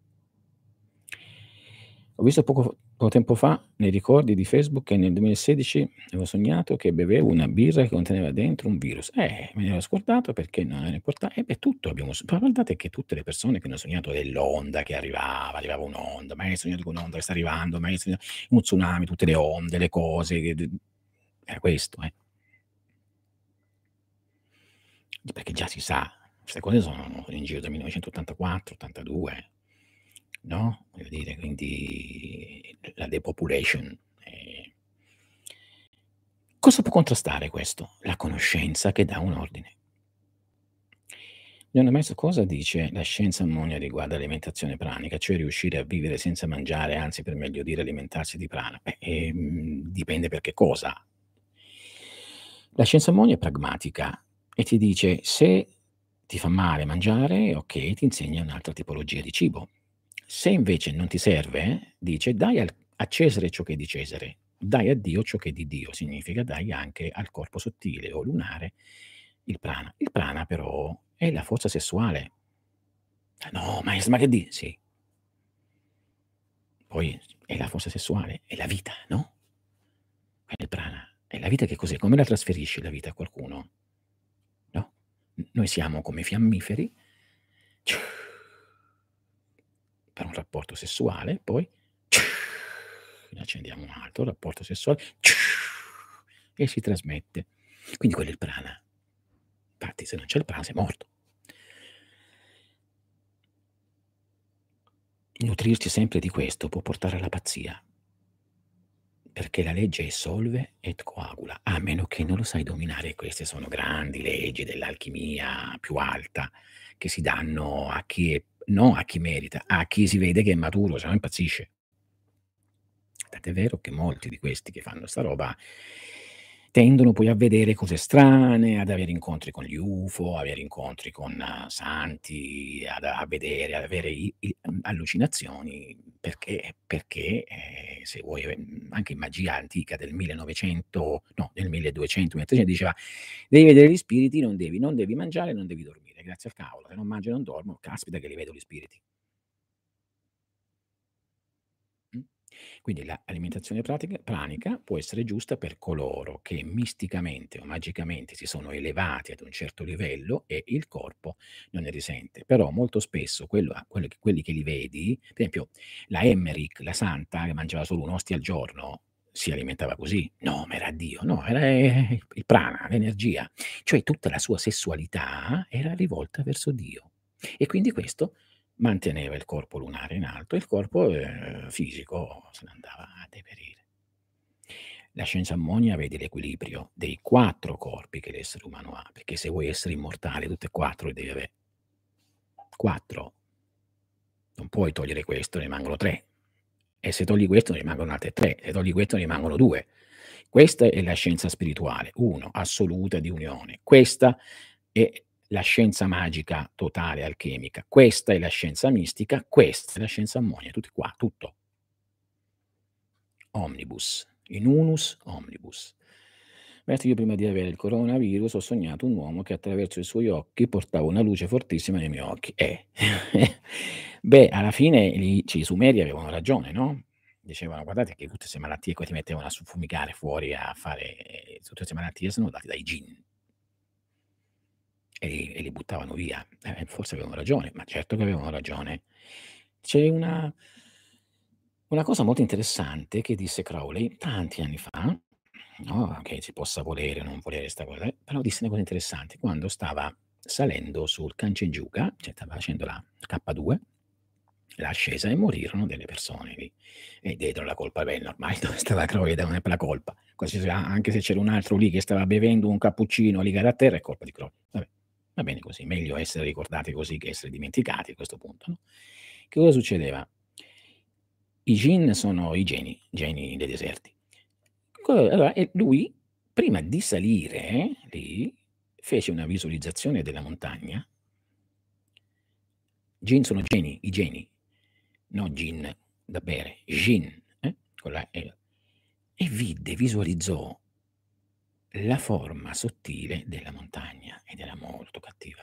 Ho visto poco f poco tempo fa nei ricordi di Facebook che nel duemilasedici avevo sognato che bevevo una birra che conteneva dentro un virus. Eh, me l'ero scordato perché non era importa e beh, tutto abbiamo s però guardate che tutte le persone che hanno sognato dell'onda che arrivava, arrivava un'onda, "mai hai sognato con un'onda che sta arrivando, mai hai sogna" uno tsunami, tutte le onde, le cose che d era questo, eh. Perché già si sa, queste cose sono in giro dal millenovecentottantaquattro, ottantadue, no, voglio dire, quindi la depopulation, ehm cosa può contrastare questo? La conoscenza che dà un ordine. Leone Messo cosa dice la scienza ammonia riguardo alimentazione pranica, cioè riuscire a vivere senza mangiare, anzi per meglio dire alimentarsi di prana? Beh, ehm, dipende per che cosa. La scienza ammonia è pragmatica e ti dice: se ti fa male mangiare, okay, ti insegna un'altra tipologia di cibo. Se invece non ti serve, dice: dai al a Cesare ciò che è di Cesare, dai a Dio ciò che è di Dio. Significa dai anche al corpo sottile o lunare il prana. Il prana però è la forza sessuale. "Ah no, maestro, ma che di" sì. Poi è la forza sessuale, è la vita, no? È il prana. E la vita che cos'è? Come la trasferisci la vita a qualcuno? No? N noi siamo come i fiammiferi per un rapporto sessuale, poi ne accendiamo un altro rapporto sessuale e si trasmette. Quindi quello è il prana. Infatti se non c'è il prana sei morto. Nutrirsi sempre di questo può portare alla pazzia. Perché la legge è solve et coagula, a meno che non lo sai dominare. Queste sono grandi leggi dell'alchimia più alta, che si danno a chi è no a chi merita, a chi si vede che è maturo, se no impazzisce. Tant'è vero che molti di questi che fanno sta roba tendono poi a vedere cose strane, ad avere incontri con gli U F O, avere incontri con eh, santi, ad a vedere, ad avere i i mhmm, allucinazioni perché perché, ehm, se vuoi ehm, anche in magia antica del millenovecento no, del milleduecento, milletrecento diceva: "Devi vedere gli spiriti, non devi non devi mangiare, non devi dormire." Grazie al cavolo, se non mangio e non dormo, caspita che li vedo gli spiriti. Mh. Quindi la alimentazione pratica pranica può essere giusta per coloro che misticamente o magicamente si sono elevati ad un certo livello e il corpo non ne risente. Però molto spesso quello a quello che quelli che li vedi, per esempio la Emmerich, la santa che mangiava solo un ostia al giorno, si alimentava così? No, ma era Dio, no, era, ehm, il prana, l'energia. Cioè tutta la sua sessualità era rivolta verso Dio. E quindi questo manteneva il corpo lunare in alto e il corpo, ehm, fisico se ne andava a deperire. La scienza ammonia vede l'equilibrio dei quattro corpi che l'essere umano ha, perché se vuoi essere immortale tutte e quattro li devi ave quattro, non puoi togliere questo, ne rimangono tre. E se togli questo ne rimangono altre tre, se togli questo ne rimangono due. Questa è la scienza spirituale, uno, assoluta di unione. Questa è la scienza magica totale alchemica. Questa è la scienza mistica, questa è la scienza ammonia, tutti qua, tutto. Omnibus, in unus omnibus. Maestro, io prima di avere il coronavirus ho sognato un uomo che attraverso i suoi occhi portava una luce fortissima nei miei occhi. Eh. Beh, alla fine lì c i Sumeri avevano ragione, no, dicevano: "Guardate che tutte 'ste malattie qua ti mettevano a s fumigare fuori, a fare ehm, tutte 'ste malattie sono date dai gin." E li e li buttavano via. Eh, forse avevano ragione, ma certo che avevano ragione. C'è una una cosa molto interessante che disse Crowley tanti anni fa, no, che si possa volere o non volere 'sta cosa, eh, però disse una cosa interessante quando stava salendo sul Kanchenjunga, cioè stava facendo la K due, l'ascesa e morirono delle persone lì. E diedero la colpa, beh, ormai dove stava Crowley da non è per la colpa. Qualsiasi a anche se c'era un altro lì che stava bevendo un cappuccino lì a terra, è colpa di Crowley. Vabbè, va bene così, meglio essere ricordati così che essere dimenticati a questo punto, no. Che cosa succedeva? I Jinn sono i geni, geni dei deserti. Co allora e lui prima di salire lì, fece una visualizzazione della montagna. Jinn sono geni, i geni, no gin da bere, gin, eh, con la e e vide, visualizzò la forma sottile della montagna ed era molto cattiva.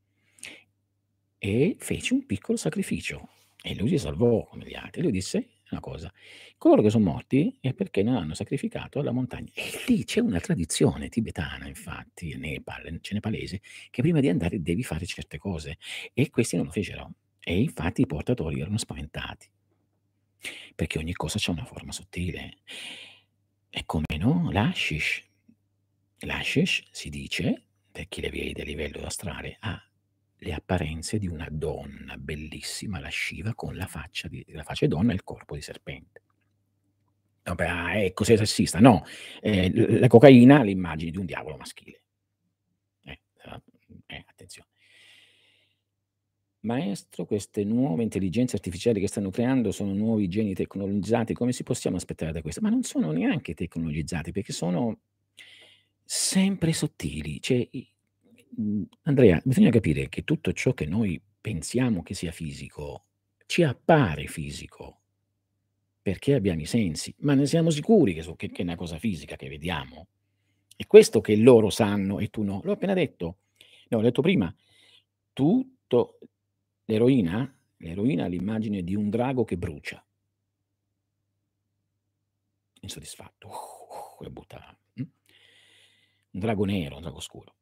E fece un piccolo sacrificio e lui si salvò come gli altri. Lui disse una cosa: "Coloro che son morti è perché non hanno sacrificato alla montagna." E lì c'è una tradizione tibetana, infatti, Nepal c'è nepalese, che prima di andare devi fare certe cose e questi non lo fecero e infatti i portatori erano spaventati, perché ogni cosa c'ha una forma sottile. E come no, l'hashish. L'hashish si dice, per chi le vede a livello astrale, ha le apparenze di una donna bellissima, lasciva, con la faccia di la faccia di donna e il corpo di serpente. Vabbè, ah, ecco, sei sessista, no, ehm, l la cocaina ha l'immagine di un diavolo maschile. Eh, a eh, attenzio Maestro, queste nuove intelligenze artificiali che stanno creando sono nuovi geni tecnologizzati, come si possiamo aspettare da questo? Ma non sono neanche tecnologizzati, perché sono sempre sottili. Cioè i mhmm, Andrea, bisogna capire che tutto ciò che noi pensiamo che sia fisico, ci appare fisico, perché abbiamo i sensi, ma ne siamo sicuri che so che che è una cosa fisica che vediamo? È questo che loro sanno e tu no. L'ho appena detto. No, l'ho detto prima. Tutto l'eroina l'eroina ha l'immagine di un drago che brucia, insoddisfatto, e butta mh? Un drago nero, un drago scuro.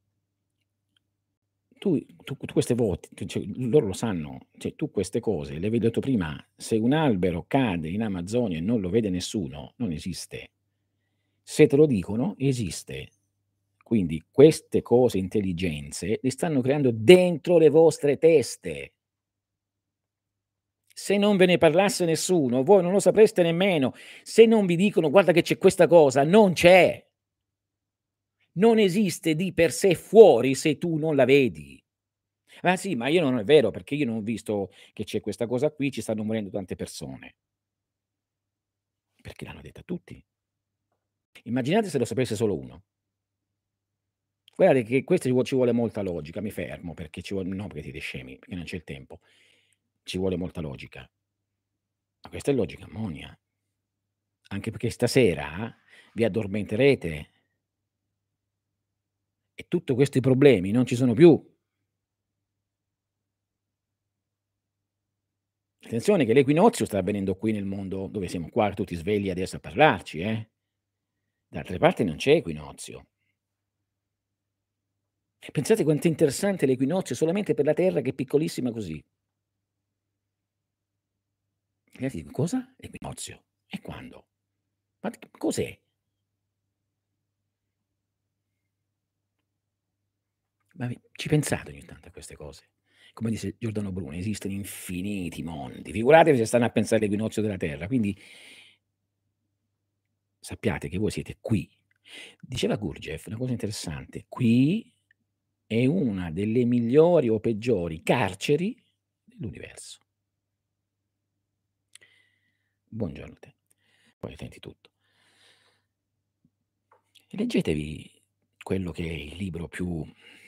Tu tu tu queste voti t cioè loro lo sanno, cioè tu queste cose le avevi detto prima, se un albero cade in Amazzonia e non lo vede nessuno, non esiste. Se te lo dicono, esiste. Quindi queste cose, intelligenze, le stanno creando dentro le vostre teste. Se non ve ne parlasse nessuno, voi non lo sapreste nemmeno. Se non vi dicono: "Guarda che c'è questa cosa", non c'è. Non esiste di per sé fuori se tu non la vedi. "Ah sì, ma io non è vero, perché io non ho visto che c'è questa cosa qui, ci stanno morendo tante persone." Perché l'hanno detta tutti. Immaginate se lo sapesse solo uno. Guardate che questo ci vuo ci vuole molta logica, mi fermo perché ci vuol non perché siete scemi, perché non c'è il tempo. Ci vuole molta logica. Ma questa è logica ammonia. Anche perché stasera vi addormenterete e tutto questi problemi non ci sono più. Attenzione che l'equinozio sta avvenendo qui nel mondo dove siamo qua tutti svegli adesso a parlarci, eh. Da altre parti non c'è equinozio. Pensate quant'è interessante l'equinozio solamente per la Terra che è piccolissima così. E io dico: "Cosa? Equinozio? E quando? Ma d cos'è?" Ma vi ci pensate ogni tanto a queste cose? Come dice Giordano Bruno, esistono infiniti mondi, figuratevi se stanno a pensare all'equinozio della Terra, quindi sappiate che voi siete qui. Diceva Gurdjieff una cosa interessante: qui è una delle migliori o peggiori carceri dell'universo. Buongiorno a te, poi senti tutto. Leggetevi quello che è il libro più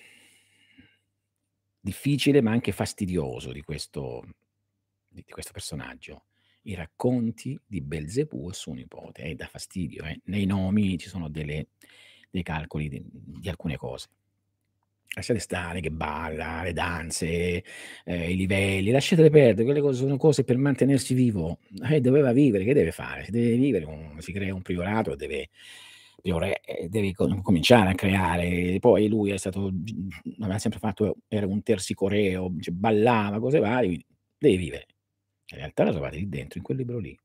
difficile, ma anche fastidioso di questo di di questo personaggio, I racconti di Belzebù e suo nipote. Eh, dà fastidio, eh. Nei nomi ci sono delle dei calcoli di di alcune cose. Lasciate stare che balla, le danze, ehm, i livelli, lasciatele perdere, quelle cose sono cose per mantenersi vivo. Eh, doveva vivere, che deve fare? Se deve vivere un si crea un priorato, deve priore ehm, deve com cominciare a creare. Poi lui è stato g aveva sempre fatto era un tersicoreo, cioè ballava, cose varie, quindi deve vivere. In realtà la trovate lì dentro, in quel libro lì.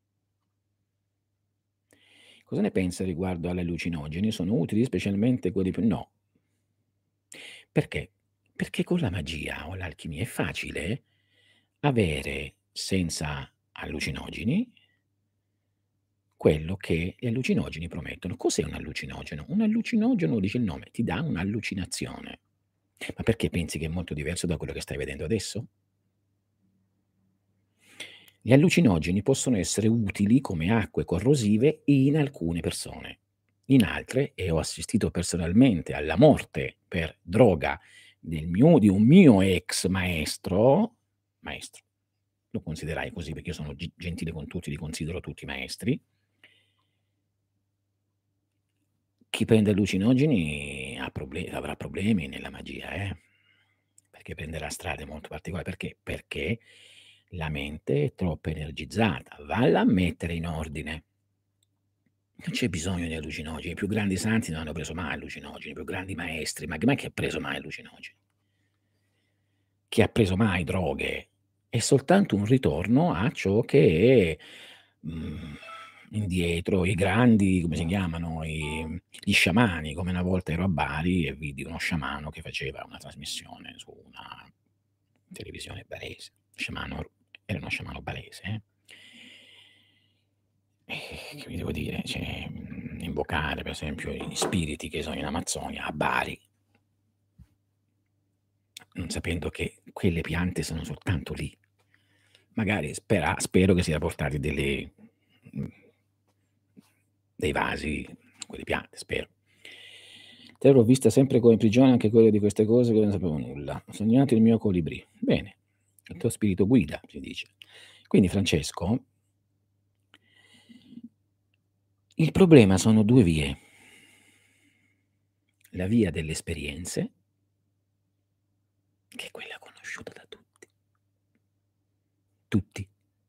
Cosa ne pensa riguardo alle allucinogeni? Sono utili, specialmente quelli più no. Perché? Perché con la magia o l'alchimia è facile avere senza allucinogeni quello che gli allucinogeni promettono. Cos'è un allucinogeno? Un allucinogeno, dice il nome, ti dà un'allucinazione. Ma perché pensi che è molto diverso da quello che stai vedendo adesso? Gli allucinogeni possono essere utili come acque corrosive in alcune persone. In altre, e ho assistito personalmente alla morte per droga del mio di un mio ex maestro maestro, lo considerai così perché io sono gi gentile con tutti, li considero tutti maestri. Chi prende allucinogeni ha proble avrà problemi nella magia, eh, perché prenderà strade molto particolari. Perché? Perché la mente è troppo energizzata. Valla a mettere in ordine. Non c'è bisogno di allucinogeni. I più grandi santi non hanno preso mai allucinogeni, i più grandi maestri, ma ma chi ha preso mai allucinogeni? Chi ha preso mai droghe? È soltanto un ritorno a ciò che è, mhmm, indietro. I grandi, come si chiamano, i gli sciamani, come una volta ero a Bari e vidi uno sciamano che faceva una trasmissione su una televisione barese. Sciamano era uno sciamano barese, eh. Eh, che vi devo dire, cioè, mhmm, invocare per esempio gli spiriti che sono in Amazzonia, a Bari, non sapendo che quelle piante sono soltanto lì. Magari spera spero che sia portati delle mhmm, dei vasi con le piante, spero. Te l'ho vista sempre come in prigione anche quelle di queste cose che non sapevo nulla. Ho sognato il mio colibrì. Bene, il tuo spirito guida, si dice. Quindi Francesco, il problema sono due vie. La via delle esperienze, che è quella conosciuta da tutti. Tutti.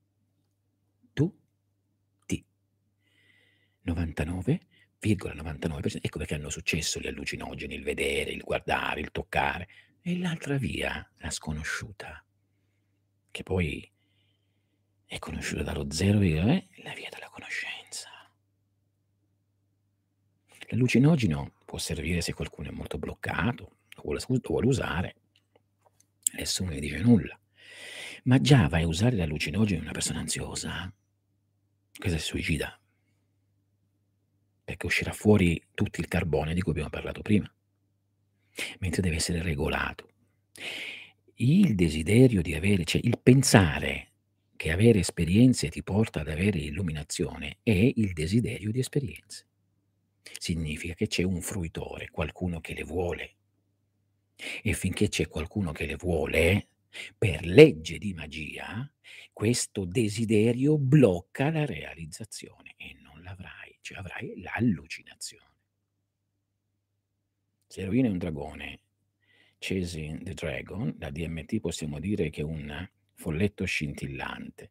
Tutti. novantanove virgola novantanove per cento. Ecco perché hanno successo gli allucinogeni, il vedere, il guardare, il toccare. E l'altra via, la sconosciuta, che poi è conosciuta dallo zero virgola eh, la via della conoscenza. L'allucinogeno può servire se qualcuno è molto bloccato, lo vuole, lo vuole usare, nessuno gli dice nulla. Ma già vai a usare l'allucinogeno in una persona ansiosa, questa si suicida. Perché uscirà fuori tutto il carbone di cui abbiamo parlato prima. Mentre deve essere regolato. Il desiderio di avere cioè il pensare che avere esperienze ti porta ad avere illuminazione è il desiderio di esperienze. Significa che c'è un fruitore, qualcuno che le vuole. E finché c'è qualcuno che le vuole, per legge di magia, questo desiderio blocca la realizzazione e non l'avrai, cioè avrai l'allucinazione. Se Eroina è un dragone, Chasing the Dragon, la D M T possiamo dire che è un folletto scintillante.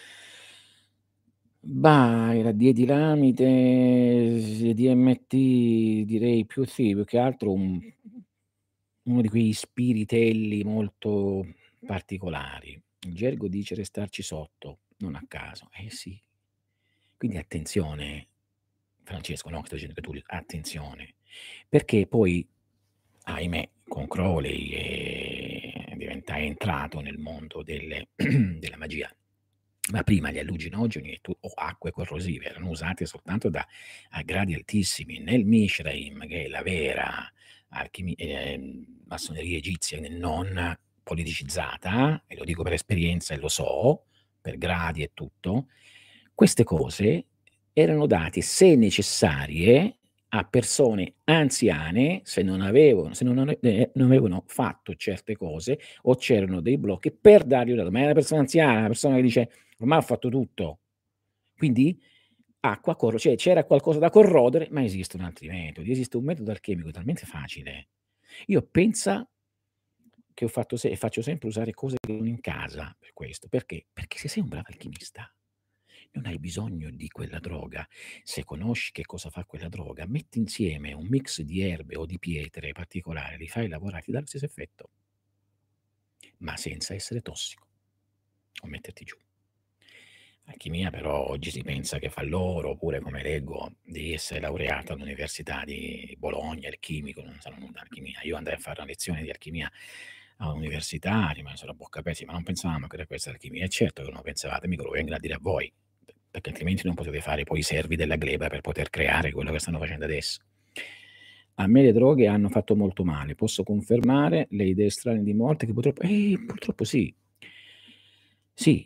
Bah, la D Dilamite, D M T direi più sì, più che altro un uno di quegli spiritelli molto particolari. Il gergo dice restarci sotto, non a caso. Eh sì. Quindi attenzione, Francesco, no, che sto dicendo che tu, attenzione, perché poi, ahimè, con Crowley eh, diventa è entrato nel mondo delle della magia. Ma prima gli allucinogeni e tu o acque corrosive erano usate soltanto da a gradi altissimi. Nel Mishraim, che è la vera alchimi ehm, massoneria egizia non politicizzata, e lo dico per esperienza e lo so, per gradi e tutto, queste cose erano date, se necessarie, a persone anziane, se non avevano se non ave ehm, non avevano fatto certe cose o c'erano dei blocchi per dargli una ma è una persona anziana, una persona che dice: "Ormai ho fatto tutto". Quindi acqua corro cioè c'era qualcosa da corrodere, ma esistono altri metodi. Esiste un metodo alchemico talmente facile. Io pensa che ho fatto se e faccio sempre usare cose che ho in casa per questo. Perché? Perché se sei un bravo alchimista non hai bisogno di quella droga. Se conosci che cosa fa quella droga, metti insieme un mix di erbe o di pietre particolari, li fai lavorare, ti dà lo stesso effetto, ma senza essere tossico o metterti giù. Alchimia però oggi si pensa che fa l'oro, oppure come leggo devi essere laureato all'Università di Bologna, il chimico, non sanno nulla d'alchimia. Io andai a fare una lezione di alchimia all'università, rimasero a bocca aperti, ma non pensavamo che era questa l'alchimia. E certo che non lo pensavate, mica lo vengono a dire a voi, perché altrimenti non potete fare poi i servi della gleba per poter creare quello che stanno facendo adesso. A me le droghe hanno fatto molto male, posso confermare le idee strane di morte che purtroppo eh, purtroppo sì. Sì.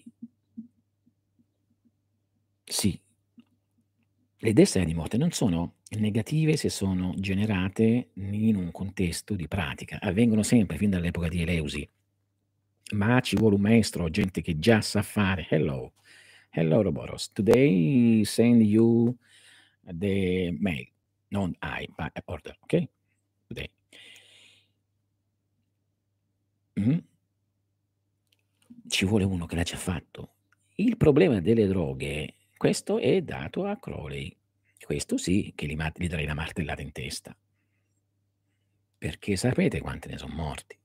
Sì. Le idee strane di morte non sono negative se sono generate in un contesto di pratica. Avvengono sempre fin dall'epoca di Eleusi. Ma ci vuole un maestro, gente che già sa fare. Hello, hello Roboros. Today send you the mail, non I, but order, okay? Today. Mh. Ci vuole uno che l'ha già fatto. Il problema delle droghe, questo è dato a Crowley. Questo sì, che gli ma gli darei una martellata in testa. Perché sapete quante ne son morti?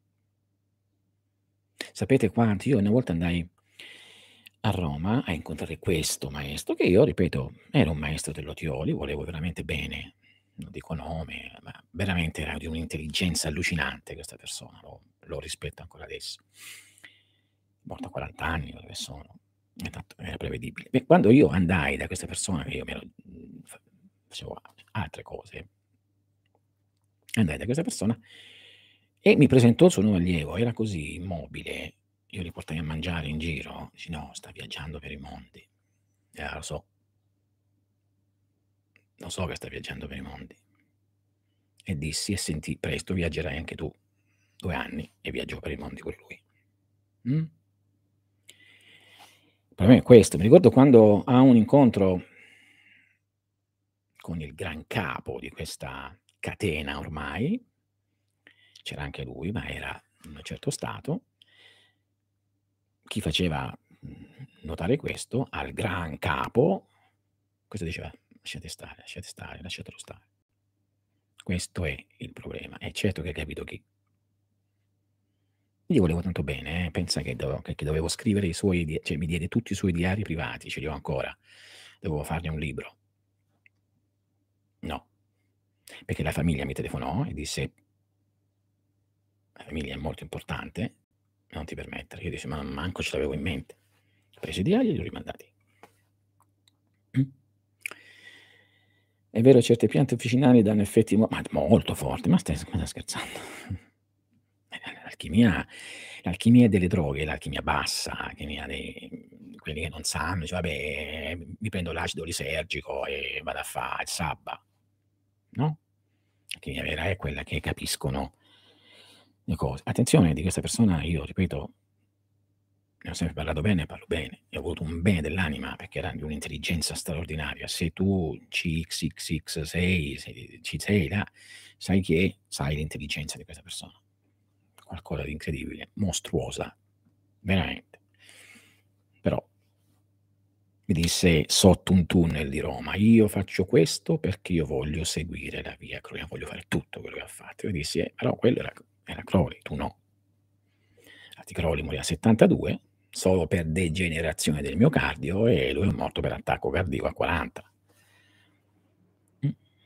Sapete quanti? Io una volta andai a Roma a incontrare questo maestro, che io ripeto, era un maestro dell'Otioli, volevo veramente bene, non dico nome, ma veramente era di un'intelligenza allucinante questa persona, lo lo rispetto ancora adesso. Morto a quaranta anni, quello che sono, e tanto era prevedibile. E quando io andai da questa persona che io mi ero mhmm, fa facevo a altre cose, andai da questa persona e mi presentò il suo nuovo allievo, era così immobile, io li portai a mangiare in giro, dici: "No, sta viaggiando per i mondi". Eh, lo so. Lo so che sta viaggiando per i mondi. E dissi: "E sentì, presto viaggerai anche tu". due anni e viaggiò per i mondi pure lui. Mh? Il problema è questo, mi ricordo quando a un incontro con il gran capo di questa catena ormai, c'era anche lui, ma era in un certo stato, chi faceva, mhmm, notare questo al gran capo, questo diceva: "Lasciate stare, lasciate stare, lasciatelo stare". Questo è il problema. E certo che hai capito chi. Gli volevo tanto bene, eh, pensa che do che che dovevo scrivere i suoi di cioè mi diede tutti i suoi diari privati, ce li ho ancora. Dovevo farne un libro. No, perché la famiglia mi telefonò e disse: "La famiglia è molto importante, non ti permettere. Io dici: "Ma manco ce l'avevo in mente." Presi i diari e li ho rimandati. Mh. È vero, certe piante officinali danno effetti mo ma molto forti, ma stai s ma stai scherzando? Eh, l'alchimia l'alchimia delle droghe, l'alchimia bassa, l'alchimia dei mhmm, quelli che non sanno, dice: "Vabbè, mi prendo l'acido lisergico e vado a fa' il sabba." No? L'alchimia vera è quella che capiscono le cose. Attenzione, di questa persona io ripeto, ne ho sempre parlato bene, parlo bene, e ho avuto un bene dell'anima perché era di un'intelligenza straordinaria. Se tu C X X X sei, sei ci sei là, sai che sai l'intelligenza di questa persona. Qualcosa di incredibile, mostruosa, veramente. Però mi disse sotto un tunnel di Roma: "Io faccio questo perché io voglio seguire la via Crowley, voglio fare tutto quello che ha fatto." Io dissi: "Eh, però quello era era Crowley, tu no." Infatti Crowley morì a settantadue solo per degenerazione del miocardio e lui è morto per attacco cardiaco a quaranta. Mh.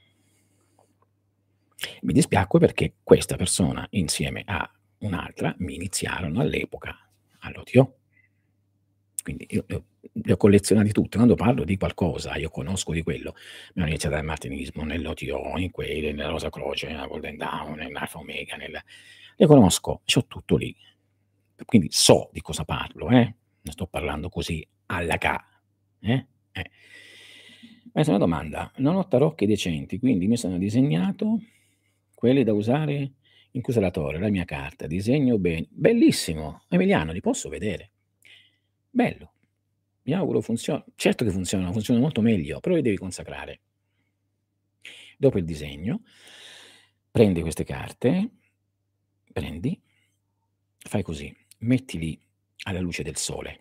Mi dispiacque perché questa persona, insieme a un'altra, mi iniziarono all'epoca all'O T O. Quindi io io li ho collezionati tutti. Quando parlo di qualcosa, io conosco di quello, mi hanno iniziato dal martinismo, nell'O T O, in quelli, nella Rosa Croce, nella Golden Dawn, nell'Alfa Omega, nel le conosco, c'ho tutto lì. Quindi so di cosa parlo, eh, non sto parlando così alla ca eh, eh. Questa è una domanda. Non ho tarocchi decenti, quindi mi sono disegnato quelli da usare in Cuselatore, la mia carta, disegno bene. Bellissimo! Emiliano, li posso vedere? Bello. Mi auguro funzio certo che funzionano, funzionano molto meglio, però li devi consacrare. Dopo il disegno, prendi queste carte, prendi, fai così, mettili alla luce del sole.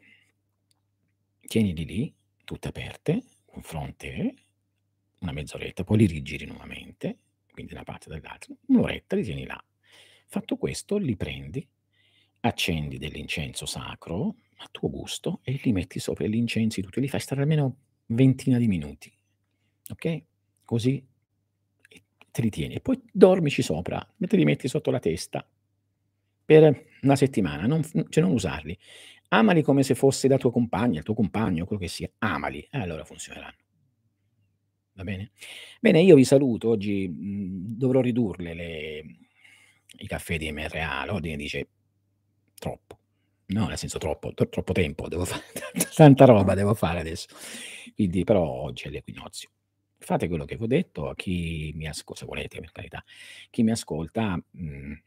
Tienili lì, tutte aperte, con fronte, una mezz'oretta, poi li rigiri nuovamente, quindi da una parte e dall'altra, un'oretta li tieni là. Fatto questo, li prendi, accendi dell'incenso sacro a tuo gusto e li metti sopra gli incensi tutti, li fai stare almeno ventina di minuti, okay, così e te li tieni e poi dormici sopra, e te li metti sotto la testa per una settimana, non f cioè non usarli. Amali come se fosse la tua compagna, il tuo compagno, quello che sia, amali e allora funzioneranno. Va bene? Bene, io vi saluto. Oggi, mhmm, dovrò ridurle le i caffè di M R A. L'ordine dice troppo. No, nel senso troppo tro troppo tempo devo fa tanta roba devo fare adesso. Quindi però oggi è l'equinozio. Fate quello che v'ho detto, a chi mi asco se volete per carità, chi mi ascolta, mhmm,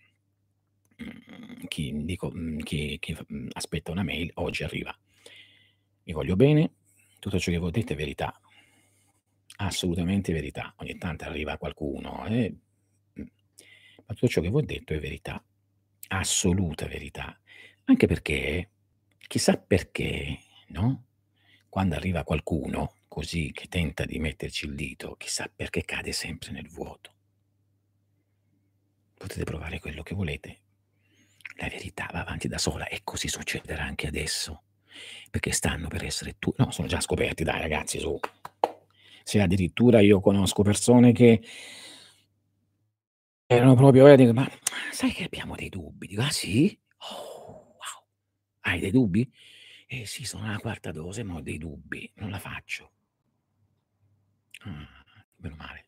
mhmm, chi dico, mhmm, chi chi f mhmm, aspetta una mail, oggi arriva. Vi voglio bene, tutto ciò che v'ho detto è verità. Assolutamente verità. Ogni tanto arriva qualcuno, eh, mh, ma tutto ciò che v'ho detto è verità, assoluta verità. Anche perché, chissà perché, no, quando arriva qualcuno così che tenta di metterci il dito, chissà perché cade sempre nel vuoto. Potete provare quello che volete, la verità va avanti da sola e così succederà anche adesso, perché stanno per essere tu no, sono già scoperti dai ragazzi su. Se addirittura io conosco persone che erano proprio eh, dico: "Ma sai che abbiamo dei dubbi?" Dico: "Ah sì? Oh, wow. Hai dei dubbi?" "Eh sì, sono alla quarta dose, ma ho dei dubbi, non la faccio." Ah, meno male.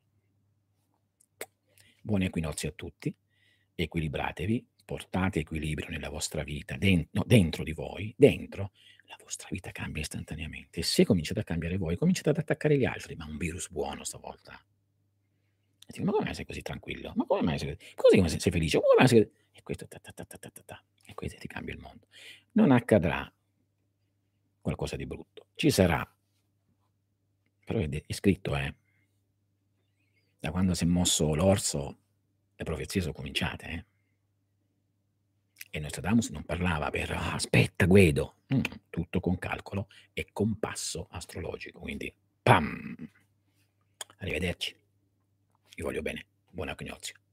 Buoni equinozi a tutti, equilibratevi, portate equilibrio nella vostra vita, den no, dentro di voi, dentro, la vostra vita cambia istantaneamente. E se cominciate a cambiare voi, cominciate ad attaccare gli altri, ma un virus buono stavolta. E dico: "Ma come mai sei così tranquillo? Ma come mai sei così come sei sei felice? Come mai sei" e questo ta ta ta ta ta ta ta, e questo ti cambia il mondo. Non accadrà qualcosa di brutto. Ci sarà, però è de è scritto, eh. Da quando s'è mosso l'orso, le profezie so' cominciate, eh. E Nostradamus non parlava per: "Ah, aspetta Guedo", mh, tutto con calcolo e compasso astrologico, quindi pam! Arrivederci. Vi voglio bene. Buon equinozio.